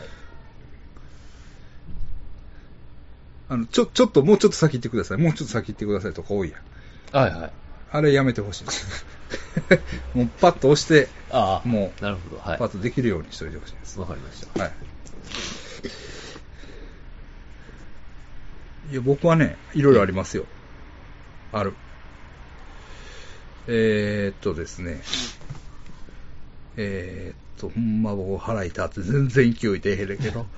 ちょっと、もうちょっと先行ってください。もうちょっと先行ってくださいとか多いやん。 はいはい。 あれやめてほしいです。もうパッと押して、もう、 なるほど。はい。 パッとできるようにしといてほしいです。 わかりました。はい。 いや、僕はね、いろいろありますよ。ある。ですね。ほんま僕腹痛って全然勢い出へんけど。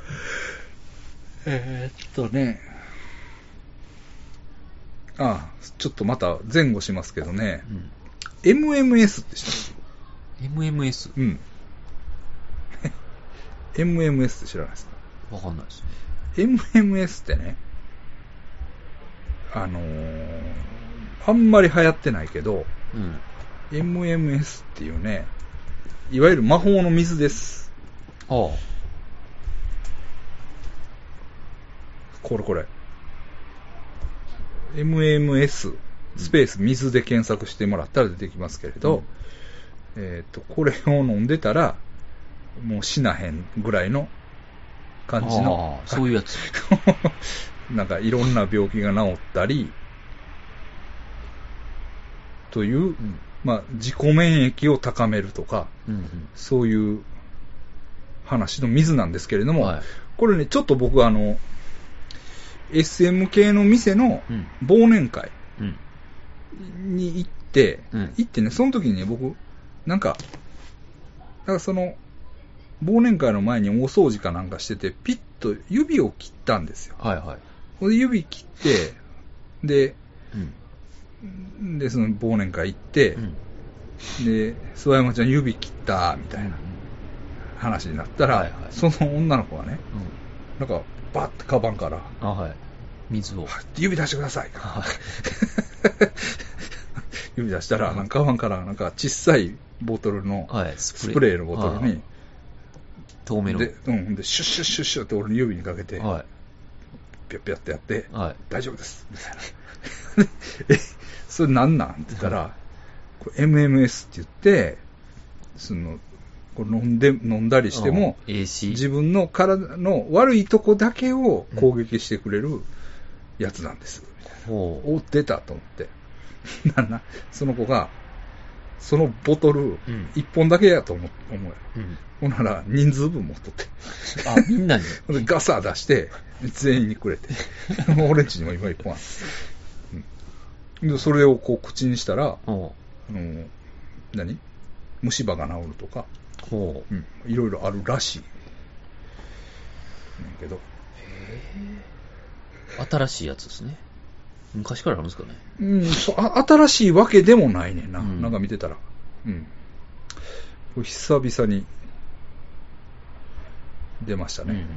ちょっとまた前後しますけどね。MMS って知ってます？ MMS？ うん。MMS って知らないですか？ わかんないですね。MMS ってね、あんまり流行ってないけど、MMS っていうね、いわゆる魔法の水です。これ。MMS スペース水で検索してもらったら出てきますけれど、これを飲んでたらもう死なへんぐらいの感じの、 そういうやつなんかいろんな病気が治ったりという、自己免疫を高めるとか、そういう話の水なんですけれども、これねちょっと僕SM 系の店の忘年会に行って、ね、その時にね、僕、なんかその、忘年会の前に大掃除かなんかしてて、ピッと指を切ったんですよ。で指切って、で、その忘年会行って、で、諏訪山ちゃん指切った、みたいな話になったら、その女の子がね、なんか、バッてカバンから、 水を、 指出してください。指出したら、カバンからなんか小さいボトルの、スプレーのボトルに、 透明の。 で、シュッシュッシュッシュッって俺の指にかけて、ピャッピャッってやって、大丈夫です。みたいな。それなんなんって言ったら、これ MMS って言って、これ飲んだりしても、自分の体の悪いとこだけを攻撃してくれるやつなんです。お、出たと思って。その子が、そのボトル、1本だけやと思うよ。ほんなら、人数分持っとって。 みんなにガサー出して、全員にくれて。俺んちにも今1本ある。で、それをこう口にしたら、虫歯が治るとか、いろいろあるらしい。けど。 新しいやつですね。昔からあるんですかね。 新しいわけでもないねんな。なんか見てたら。これ久々に出ましたね。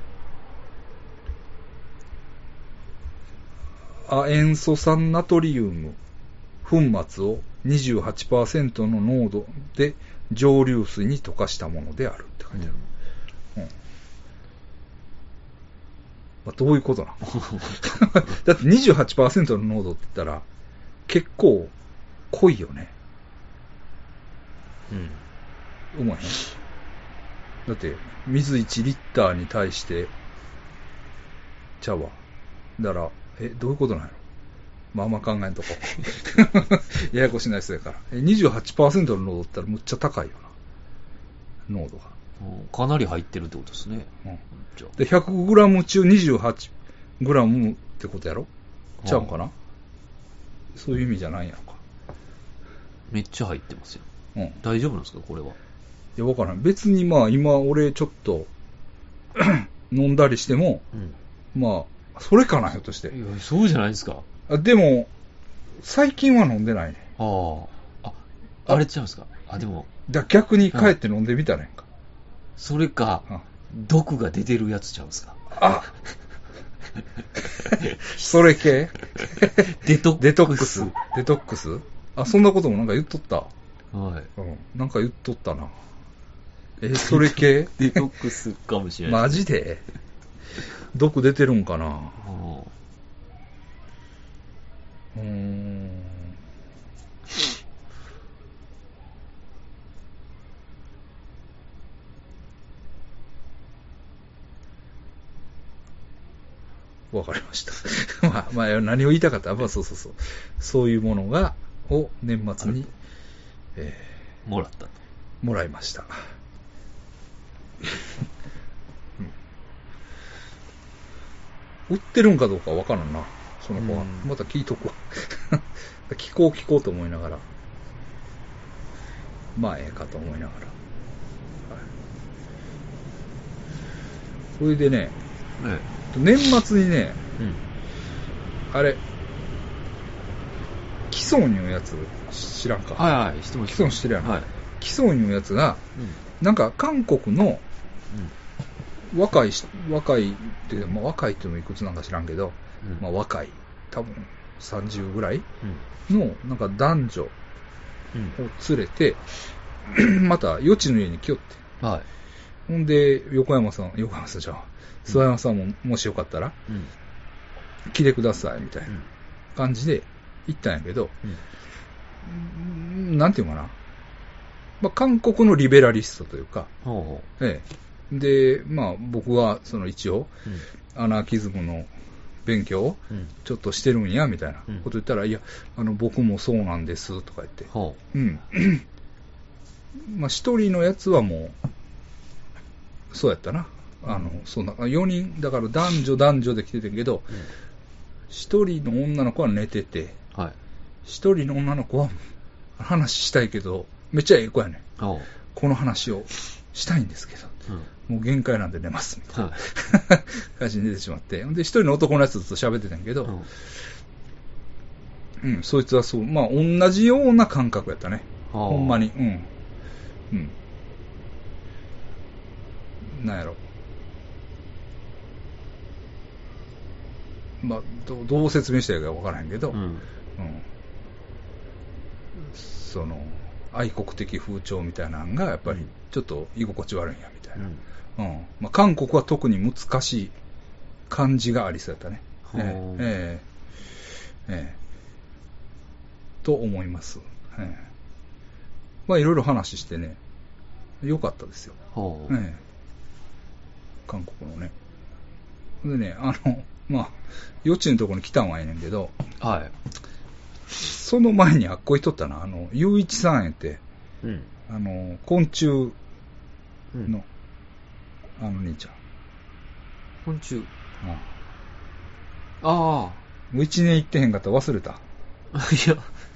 亜塩素酸ナトリウム粉末を 28% の濃度で蒸留水に溶かしたものであるって書いてある。まあ、どういうことなのだって 28% の濃度って言ったら結構濃いよね。思えへん。だって水1リッターに対してちゃうわ。だからどういうことなの？まああんま考えんとこややこしない人やから。28% の濃度って言ったらむっちゃ高いよな、濃度が。 かなり入ってるってことですね。 で 100g 中 28g ってことやろ？ちゃうんかな？そういう意味じゃないやろか。 めっちゃ入ってますよ。大丈夫なんですかこれは？いや、わからん。別にまあ今俺ちょっと飲んだりしても、まあそれかな、ひょっとして。 いや、そうじゃないですか。 でも最近は飲んでないね。 あれちゃうんですか。でも逆に帰って飲んでみたらいいんか。 それか、毒が出てるやつちゃうんですか。 それ系デトックス。 デトックス？そんなこともなんか言っとった。なんか言っとったな。それ系デトックスかもしれない。 マジで毒出てるんかな。わかりました。まあ、何を言いたかった？そういうものを年末に、 もらった。 もらいました。売ってるんかどうかわからんな、その子は。また聞いとこう。聞こうと思いながら。まあ、ええかと思いながら。それでね、年末にね、あれ、キソンいうやつ知らんか？ 知ってます。 キソン知ってるやん。キソンいうやつが、なんか韓国の若いっていうのもいくつなんか知らんけど、まあ若い、多分30ぐらいのなんか男女を連れて、また余地の家に来よって。ほんで、諏訪山さんももしよかったら、来てくださいみたいな感じで行ったんやけど、なんていうかな、まあ、韓国のリベラリストというか、で、まあ僕はその一応、アナーキズムの勉強をちょっとしてるんやみたいなこと言ったら、いや、僕もそうなんですとか言って、まあ一人のやつはもうそうやったな。そんな4人だから男女で来ててんけど、一人の女の子は寝てて、一人の女の子は話したいけどめっちゃええ子やねん。この話をしたいんですけど、もう限界なんで寝ますみたいな感じに出てしまって、で一人の男のやつと喋ってたんやけど、そいつはそう、まあ同じような感覚やったね。ほんまに。なんやろ。まあ、どう説明したらいいか分からへんけど、その愛国的風潮みたいなのがやっぱりちょっと居心地悪いんやみたいな、まあ、韓国は特に難しい感じがありそうやったね。と思います。まあいろいろ話してね、良かったですよ。韓国のね。でね、まあ、幼稚園のところに来たんはいいねんけど、その前にあっこ行っとったな、雄一さんやって、昆虫の、兄ちゃん。 昆虫もう1年行ってへんかったら忘れた。 いや。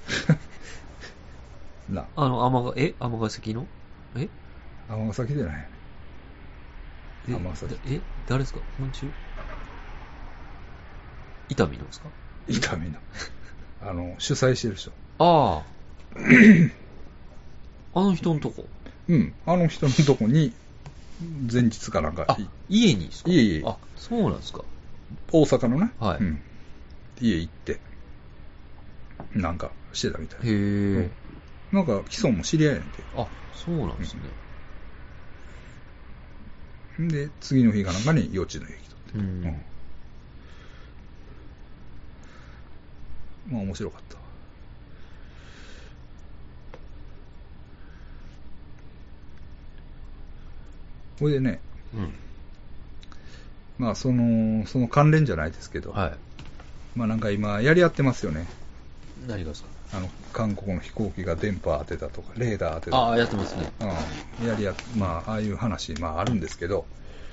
尼崎の尼崎でない。尼崎。 誰ですか？昆虫？伊丹のですか？ 伊丹の。主催してる人。 あの人のとこ。 あの人のとこに、 前日かなんか。 家にですか？ 家。 あ、そうなんですか。 大阪のね。 はい。うん、 家行って、なんかしてたみたいな。 へえ。 なんか、基礎も知り合いやんて。 あ、そうなんですね。 で、次の日かなんかに幼稚園の家来とって。まあ、面白かった。これでね、まあその関連じゃないですけど、はい、まあなんか今やり合ってますよね。 何がですか？ 韓国の飛行機が電波当てたとか、レーダー当てたとか。 ああ、やってますね。 まあああいう話、まああるんですけど、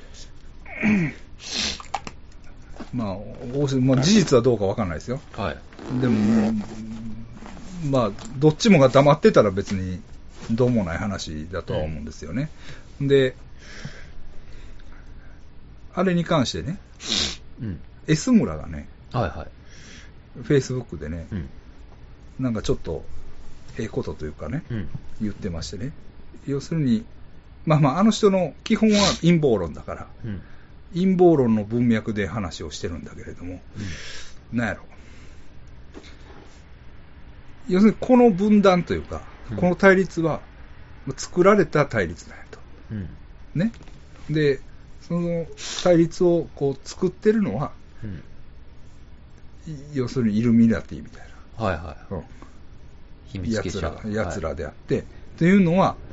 まあ事実はどうかわかんないですよ。はい。でも、まあどっちもが黙ってたら別にどうもない話だとは思うんですよね。で、あれに関してね、S 村がね、はいはい、Facebook でね、なんかちょっとことというかね、言ってましてね、要するに、まああの人の基本は陰謀論だから、陰謀論の文脈で話をしてるんだけれども、なんやろ、要するにこの分断というか、この対立は作られた対立なんやと、ね。でその対立をこう作ってるのは、要するにイルミナティみたいな、はいはい、秘密結社やつらであって、というのは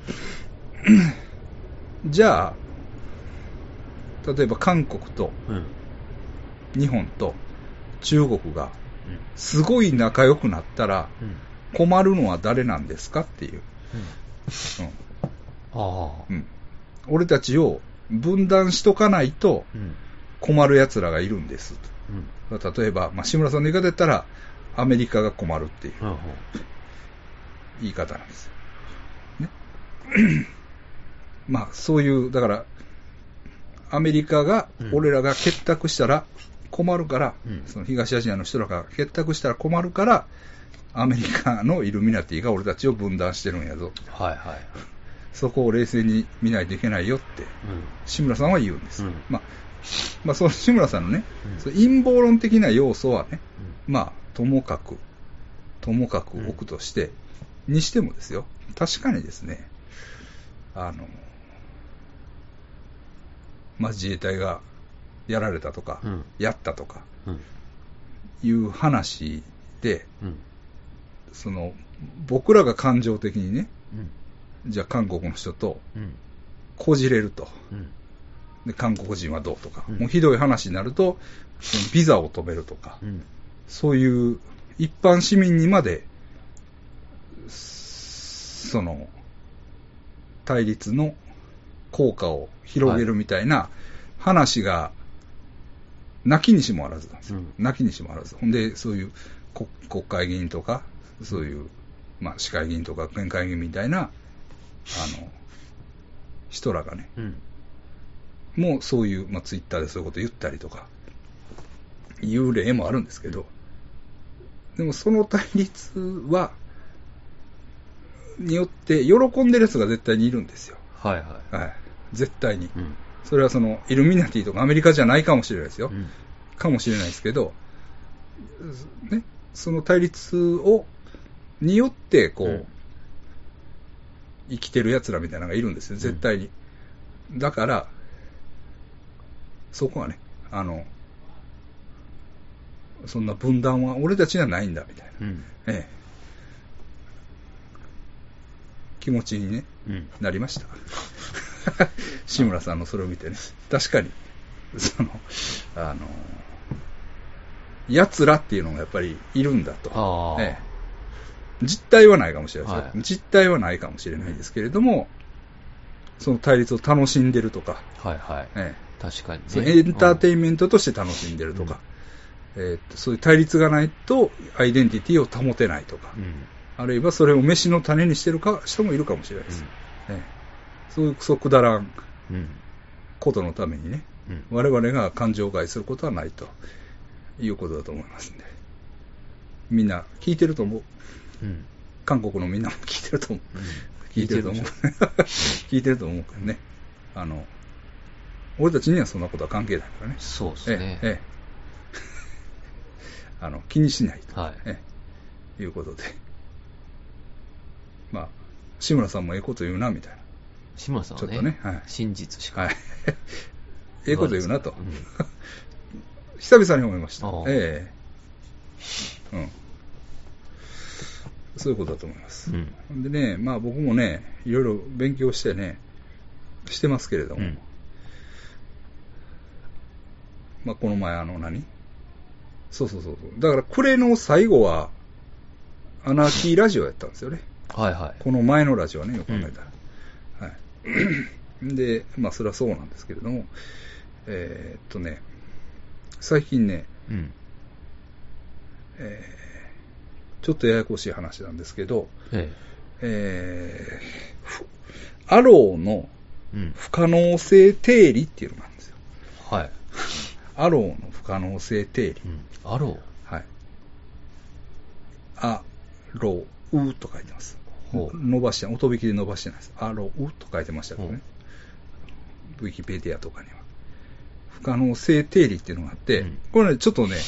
じゃあ例えば韓国と日本と中国がすごい仲良くなったら困るのは誰なんですかっていう、俺たちを分断しとかないと困る奴らがいるんですと、例えば、志村さんの言い方だったらアメリカが困るっていう言い方なんですよ、ね。まあそういうだからアメリカが、俺らが結託したら困るから、その東アジアの人らが結託したら困るからアメリカのイルミナティが俺たちを分断してるんやぞ、はいはい、そこを冷静に見ないといけないよって、志村さんは言うんです。まあ、その志村さんのね、その陰謀論的な要素はね、まあ、ともかく置くとして、にしてもですよ、確かにですね、まあ、自衛隊がやられたとか、やったとか、いう話で、その、僕らが感情的にね、じゃあ韓国の人とこじれると、で韓国人はどうとか、もうひどい話になるとビザを止めるとか、そういう一般市民にまでその対立の効果を広げるみたいな話がなきにしもあらずなんですよ、なきにしもあらず。ほんでそういう国会議員とかそういう、まあ、市会議員とか県会議員みたいな人らがね、もうそういう、まあ、ツイッターでそういうこと言ったりとかいう例もあるんですけど、でもその対立によって喜んでるやつが絶対にいるんですよ。はいはい。はい、絶対に、それはそのイルミナティとかアメリカじゃないかもしれないですよ。かもしれないですけど、ね、その対立によってこう、生きてる奴らみたいなのがいるんですよ、絶対に。だから、そこはね、そんな分断は俺たちにはないんだ、みたいな、気持ちに、ね、なりました。志村さんのそれを見てね、確かに、奴らっていうのがやっぱりいるんだと。実態はないかもしれないですよ、実態はないかもしれないですけれども、その対立を楽しんでるとか、 確かに、 エンターテインメントとして楽しんでるとか、そういう対立がないとアイデンティティを保てないとか、あるいはそれを飯の種にしてる人もいるかもしれないです、そういうクソくだらんことのためにね、我々が感情外することはないということだと思いますんで、みんな聞いてると思う。韓国のみんなも聞いてると思う。聞いてると思う。聞いてると思うけどね。 俺たちにはそんなことは関係ないからね。 そうですね。 気にしないと、 はい、 いうことで。まあ、志村さんもええこと言うな、みたいな。 志村さんはね、ちょっとね、はい、真実しか。はい。 ええこと言うなと。久々に思いました。そういうことだと思います。でね、まあ僕もね、いろいろ勉強してね、してますけれども、まあこの前そうそう。だからこれの最後は、アナーキーラジオやったんですよね。 はいはい。 この前のラジオはね、よく考えたら。はい。で、まあそれはそうなんですけれども、最近ね、ちょっとややこしい話なんですけど、アローの不可能性定理っていうのがあるんですよ。 はい。 アローの不可能性定理。 アロー？はい。アローと書いてます。伸ばして、音引きで伸ばしてないです。アローと書いてましたけどね。ウィキペディアとかには。不可能性定理っていうのがあって、これね、ちょっとね、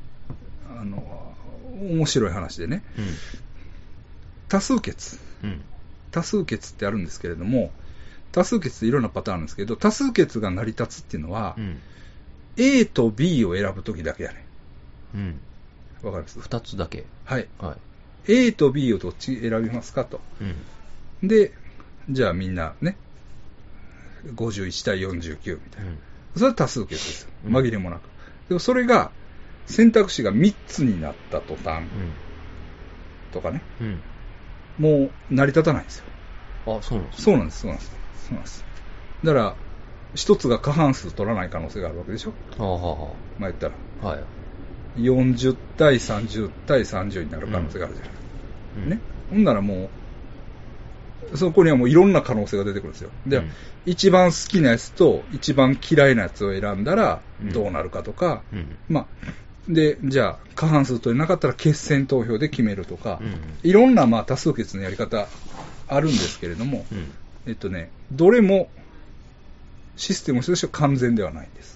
面白い話でね、多数決ってあるんですけれども、多数決っていろんなパターンあるんですけど、多数決が成り立つっていうのは、A と B を選ぶときだけやね。わかります？ 二つだけ。 はい。A と B をどっち選びますかと。で、じゃあみんなね、51対49みたいな。それは多数決ですよ。紛れもなく。でもそれが、選択肢が3つになった途端、とかね、もう成り立たないんですよ。 あ、そうなんですか？ そうなんです。だから、一つが過半数取らない可能性があるわけでしょ。まあ言ったら。はい。40対30対30になる可能性があるじゃない。ね。ほんならもう、そこにはもういろんな可能性が出てくるんですよ。で、一番好きなやつと一番嫌いなやつを選んだらどうなるかとか、まあ、で、じゃあ、過半数取れなかったら決選投票で決めるとか、いろんなまあ多数決のやり方あるんですけれども、どれもシステムとしては完全ではないんです。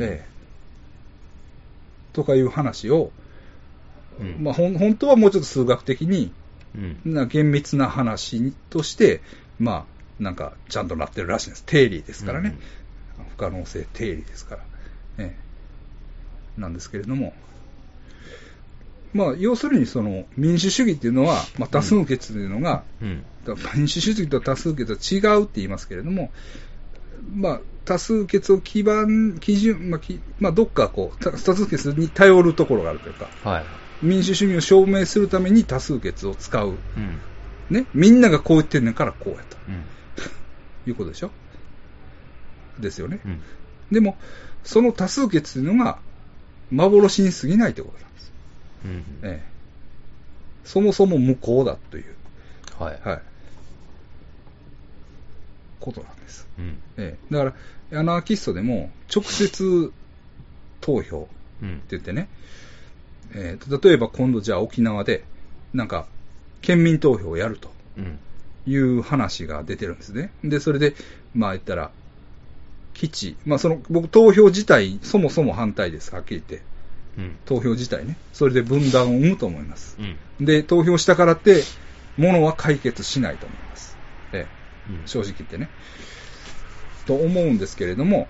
とかいう話を、まあ本当はもうちょっと数学的に、厳密な話として、まあ、なんかちゃんとなってるらしいんです。定理ですからね。不可能性定理ですから。なんですけれども、まあ、要するにその民主主義っていうのは、まあ、多数決というのが、民主主義と多数決は違うって言いますけれども、まあ、多数決を基準、まあ、どっかこう、多数決に頼るところがあるというか、民主主義を証明するために多数決を使う。ね、みんながこう言ってんねんからこうやと。いうことでしょ？ですよね。でも、その多数決というのが、幻に過ぎないということなんです。そもそも無効だという、ことなんです。だから、アナーキストでも直接投票って言ってね、例えば今度じゃあ沖縄で、なんか、県民投票をやるという話が出てるんですね。で、それで、まあ言ったら、基地、まあ僕投票自体そもそも反対です、はっきり言って。投票自体ね。それで分断を生むと思います。で、投票したからって、物は解決しないと思います。正直言ってね。と思うんですけれども、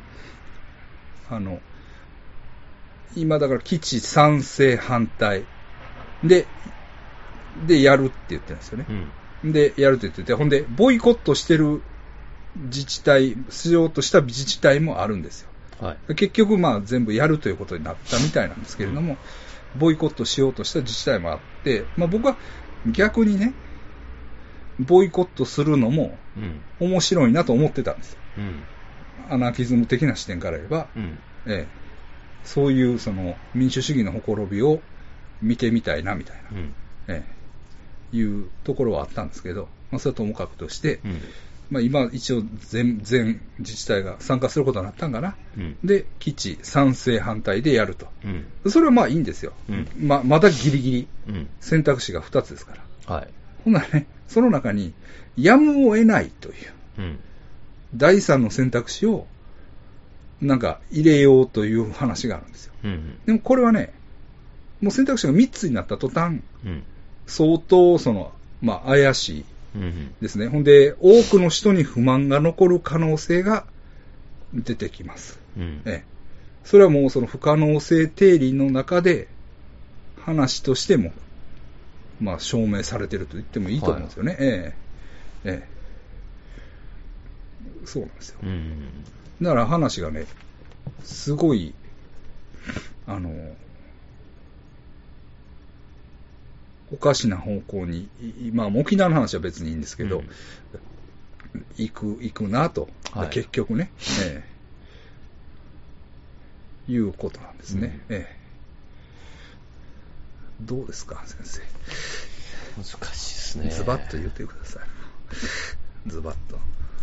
今だから基地賛成反対でやるって言ってるんですよね。で、やるって言ってて、ほんで、ボイコットしてる自治体、しようとした自治体もあるんですよ。結局、まあ、全部やるということになったみたいなんですけれども、ボイコットしようとした自治体もあって、まあ僕は逆にね、ボイコットするのも面白いなと思ってたんですよ。アナーキズム的な視点から言えば、そういうその民主主義のほころびを見てみたいなみたいな、いうところはあったんですけど、まあ、それはともかくとして、まあ、今一応全自治体が参加することになったんかな、で基地賛成反対でやると、それはまあいいんですよ、まだギリギリ、選択肢が2つですから、ほんならね、その中にやむを得ないという、第3の選択肢をなんか入れようという話があるんですよ。うん、でもこれはね、もう選択肢が3つになった途端、うん、相当怪しいですね。うん、ほんで、多くの人に不満が残る可能性が出てきます。うんそれはもうその不可能性定理の中で話としても、証明されてると言ってもいいと思うんですよね。はいそうなんですよ。だから話がね、すごい、おかしな方向に、沖縄の話は別にいいんですけど、行くなと、はい、結局ね、いうことなんですね。どうですか、先生。 難しいですね。 ズバッと言ってください。ズバッと。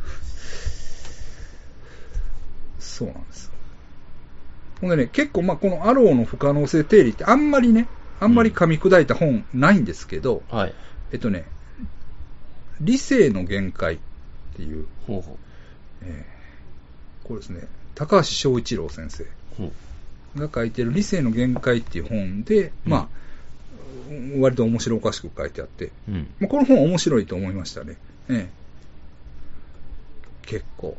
そうなんです。ほんでね、結構このアローの不可能性定理ってあんまり噛み砕いた本ないんですけど、はい、理性の限界っていう、これですね、高橋正一郎先生が書いてる理性の限界っていう本で、割と面白おかしく書いてあって、この本面白いと思いましたね。結構。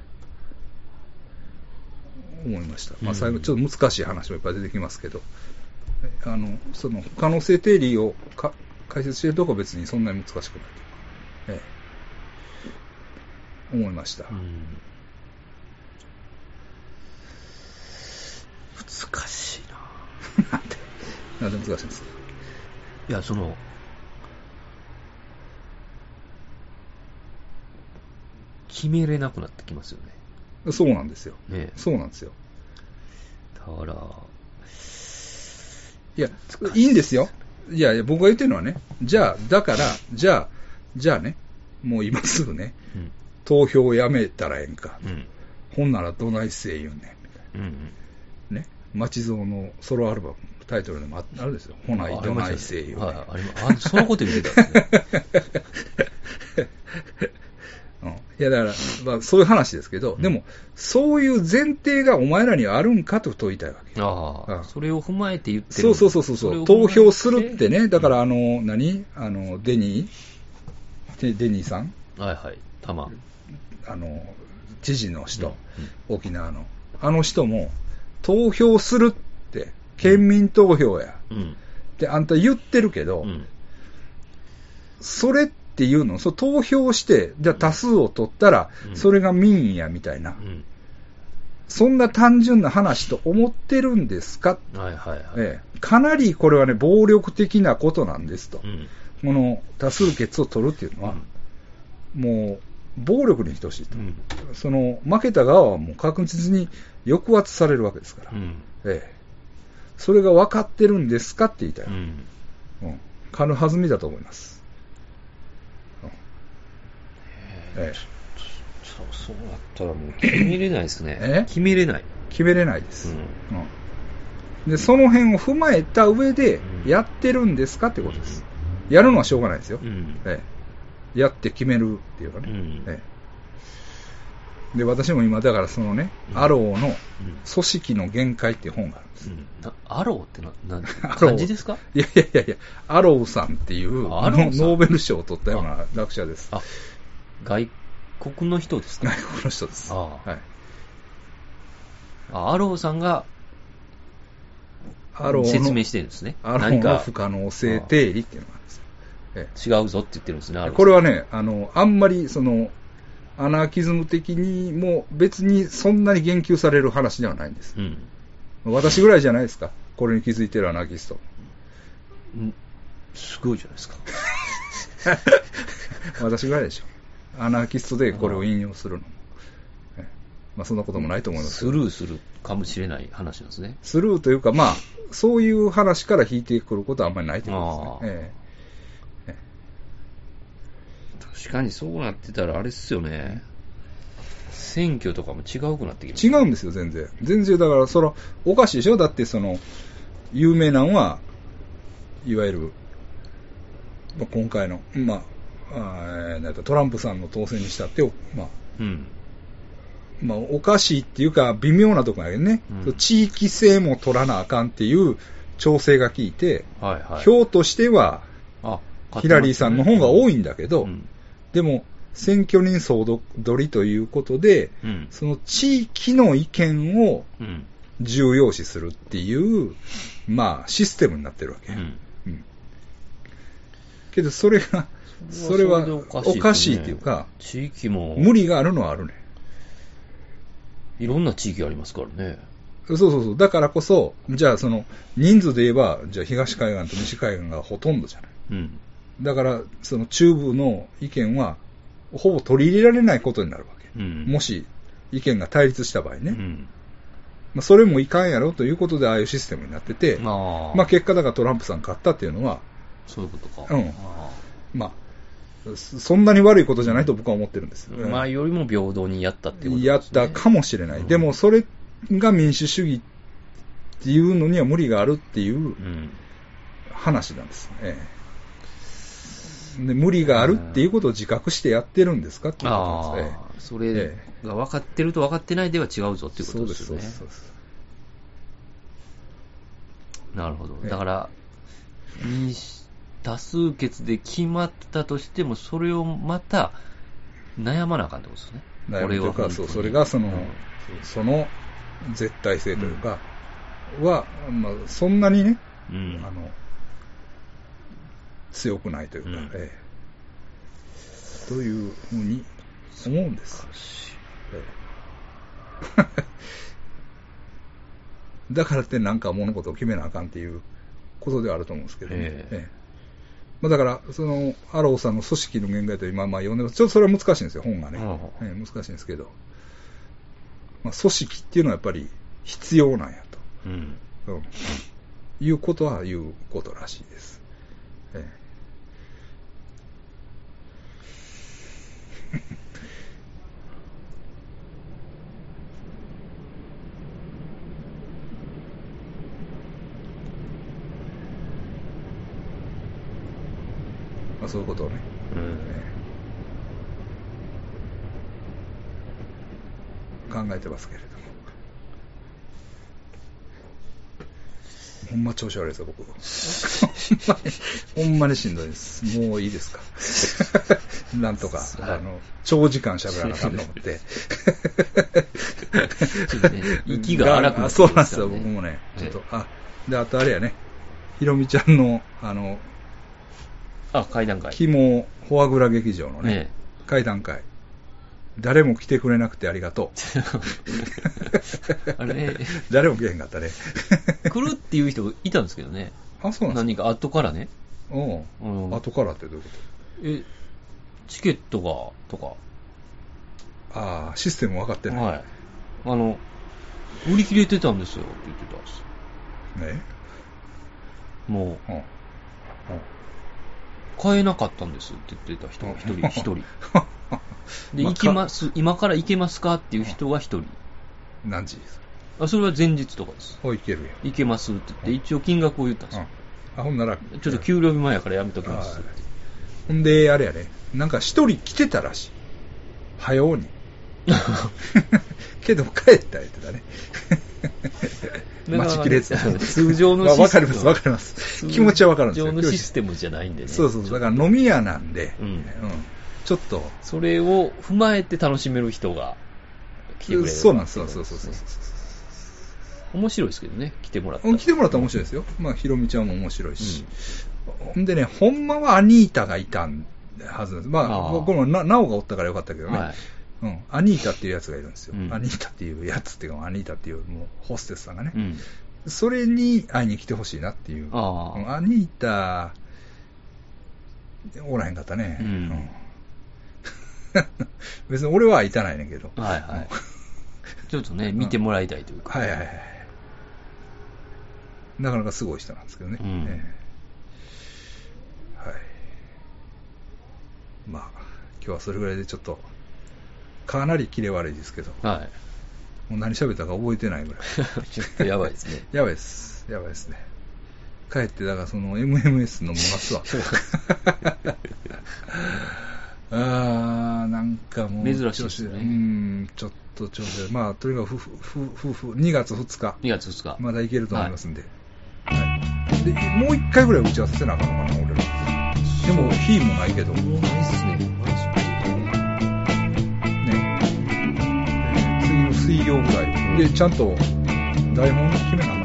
思いました。最後ちょっと難しい話もいっぱい出てきますけど、その不可能性定理を解説しているところは別にそんなに難しくないと、思いました。 難しいな。なんで難しいんですか？ いや、決めれなくなってきますよね。 そうなんですよ。そうなんですよ。 だから、 いや、いいんですよ。いや、僕が言ってるのはね、じゃあね、もう今すぐね、投票をやめたらええんか。ほんならどないせえ言うねん、みたいな。ね、町蔵のソロアルバム、タイトルでもあるんですよ。ほないどないせえ言うねん。 そのこと言ってたんですね。 いやだから、そういう話ですけど、でもそういう前提がお前らにはあるんかと問いたいわけ。 それを踏まえて言ってる。 そう投票するってね、だからデニーさん、 はいはい、 知事の人、沖縄のあの人も投票するって県民投票や、ってあんた言ってるけど、それっていうの、投票して、じゃあ多数を取ったら、それが民意やみたいな、そんな単純な話と思ってるんですか、かなりこれはね、暴力的なことなんですと、この多数決を取るっていうのは、もう暴力に等しいと、その負けた側はもう確実に抑圧されるわけですから、それが分かってるんですかって言いたい、軽はずみだと思います。 そうなったらもう決めれないですね。決めれないです、でその辺を踏まえた上でやってるんですかってことです、やるのはしょうがないですよ、やって決めるっていうかね、で私も今だからそのね、アローの組織の限界っていう本があるんです、 アローって漢字ですか？ いやアローさんっていうノーベル賞を取ったような学者です。 外国の人ですか？ 外国の人です。 アローさんが説明してるんですね。 アローの不可能性定理っていうのがあるんですよ。違うぞって言ってるんですね。 これはね、あんまりアナーキズム的にも別にそんなに言及される話ではないんです。私ぐらいじゃないですか、これに気づいてるアナーキスト。 すごいじゃないですか。 私ぐらいでしょ。アナーキストでこれを引用するの。そんなこともないと思います。 スルーするかもしれない話なんですね。 スルーというか、そういう話から引いてくることはあんまりないということですね。 確かにそうなってたらあれですよね。選挙とかも違うくなってきます、 違うんですよ、全然。だから、おかしいでしょ。だって、有名なのは、いわゆる、今回の、トランプさんの当選にしたって、 まあ、おかしいっていうか、微妙なところやけどね、地域性も取らなあかんっていう調整が効いて、票としては、ヒラリーさんの方が多いんだけど、でも、選挙人総取りということで、その地域の意見を重要視するっていう、まあ、システムになってるわけ。けど、それはおかしいっていうか、 地域も無理があるのはあるね。 いろんな地域ありますからね。 そう。だからこそ、じゃあその人数で言えば、じゃあ東海岸と西海岸がほとんどじゃない。だから、その中部の意見は、ほぼ取り入れられないことになるわけ。もし意見が対立した場合ね。まあ、それもいかんやろということで、ああいうシステムになってて、まあ結果だからトランプさん勝ったっていうのは、 そういうことか。 まあ、そんなに悪いことじゃないと僕は思ってるんです。 前よりも平等にやったっていうことですね。 やったかもしれない。でもそれが民主主義っていうのには無理があるっていう話なんですね。で無理があるっていうことを自覚してやってるんですかっていうことなんです。 それが分かってると分かってないでは違うぞっていうことですよね。 そうです。 なるほど。だから、多数決で決まったとしても、それをまた悩まなあかんってことですね。 悩むというか、それがその絶対性というか、は、まあ、そんなにね、強くないというか、というふうに思うんです。だからってなんか物事を決めなあかんっていうことではあると思うんですけどね。まあ、だから、その、アローさんの組織の限界と今、読んでます。ちょっとそれは難しいんですよ、本がね。難しいんですけど。まあ、組織っていうのはやっぱり必要なんやと。いうことは言うことらしいです。まあ、そういうことをね、考えてますけれども、ほんま調子悪いですよ僕ほんまにしんどいです。もういいですかなんとか長時間喋らなかったと思って息が荒くなってきそうなんですよ。僕もねちょっとであとあれやね、ひろみちゃんの会談会。 肝フォアグラ劇場のね、会談会。誰も来てくれなくてありがとう。 あれ誰も来へんかったね。 来るっていう人いたんですけどね。 そうなんですか。 何か後からね。 後からってどういうこと？ チケットが、とか。 システム分かってない。 はい。売り切れてたんですよって言ってたんです。 ね。 もう。買えなかったんですって言ってた人が一人。で、行けます、今から行けますかっていう人が一人。 何時？ それは前日とかです。 行けるよ。 行けますって言って、一応金額を言ったんですよ。 ほんなら。 ちょっと給料日前やからやめときますって。 ほんで、あれやね、なんか一人来てたらしい。早うに。けど帰った言ってたね。待ちきれず。 通常のシステム。 わかります。気持ちはわかるんですよ。 通常のシステムじゃないんでね。 そう。だから飲み屋なんで、ちょっと。 それを踏まえて楽しめる人が来てくれる。 そうなんです。そう。 面白いですけどね、来てもらったら。 来てもらったら面白いですよ。まあ、ひろみちゃんも面白いし。ほんでね、ほんまはアニータがいたはずなんです。まあ、これもナオがおったからよかったけどね。アニータっていうやつがいるんですよ。アニータっていうやつっていうか、アニータっていうもうホステスさんがね。それに会いに来てほしいなっていう。アニータ、おらへんかったね。別に俺は会いたないねんけど。 ちょっとね、見てもらいたいというか。 なかなかすごい人なんですけどね。まあ、今日はそれぐらいでちょっと、かなりキレ悪いですけど。もう何喋ったか覚えてないぐらい。 ちょっとやばいですね。 やばいですね。帰って、だからその MMS 飲みますわ。 なんかもう。 珍しいですね。 ちょっと調子で。まあ、とにかく2月2日。 2月2日。 まだいけると思いますんで。はい。で、もう1回ぐらい打ち合わせせなあかんのかな、俺ら。でも、日もないけど。 もうないっすね。 次の水曜ぐらい。で、ちゃんと台本決めなあかん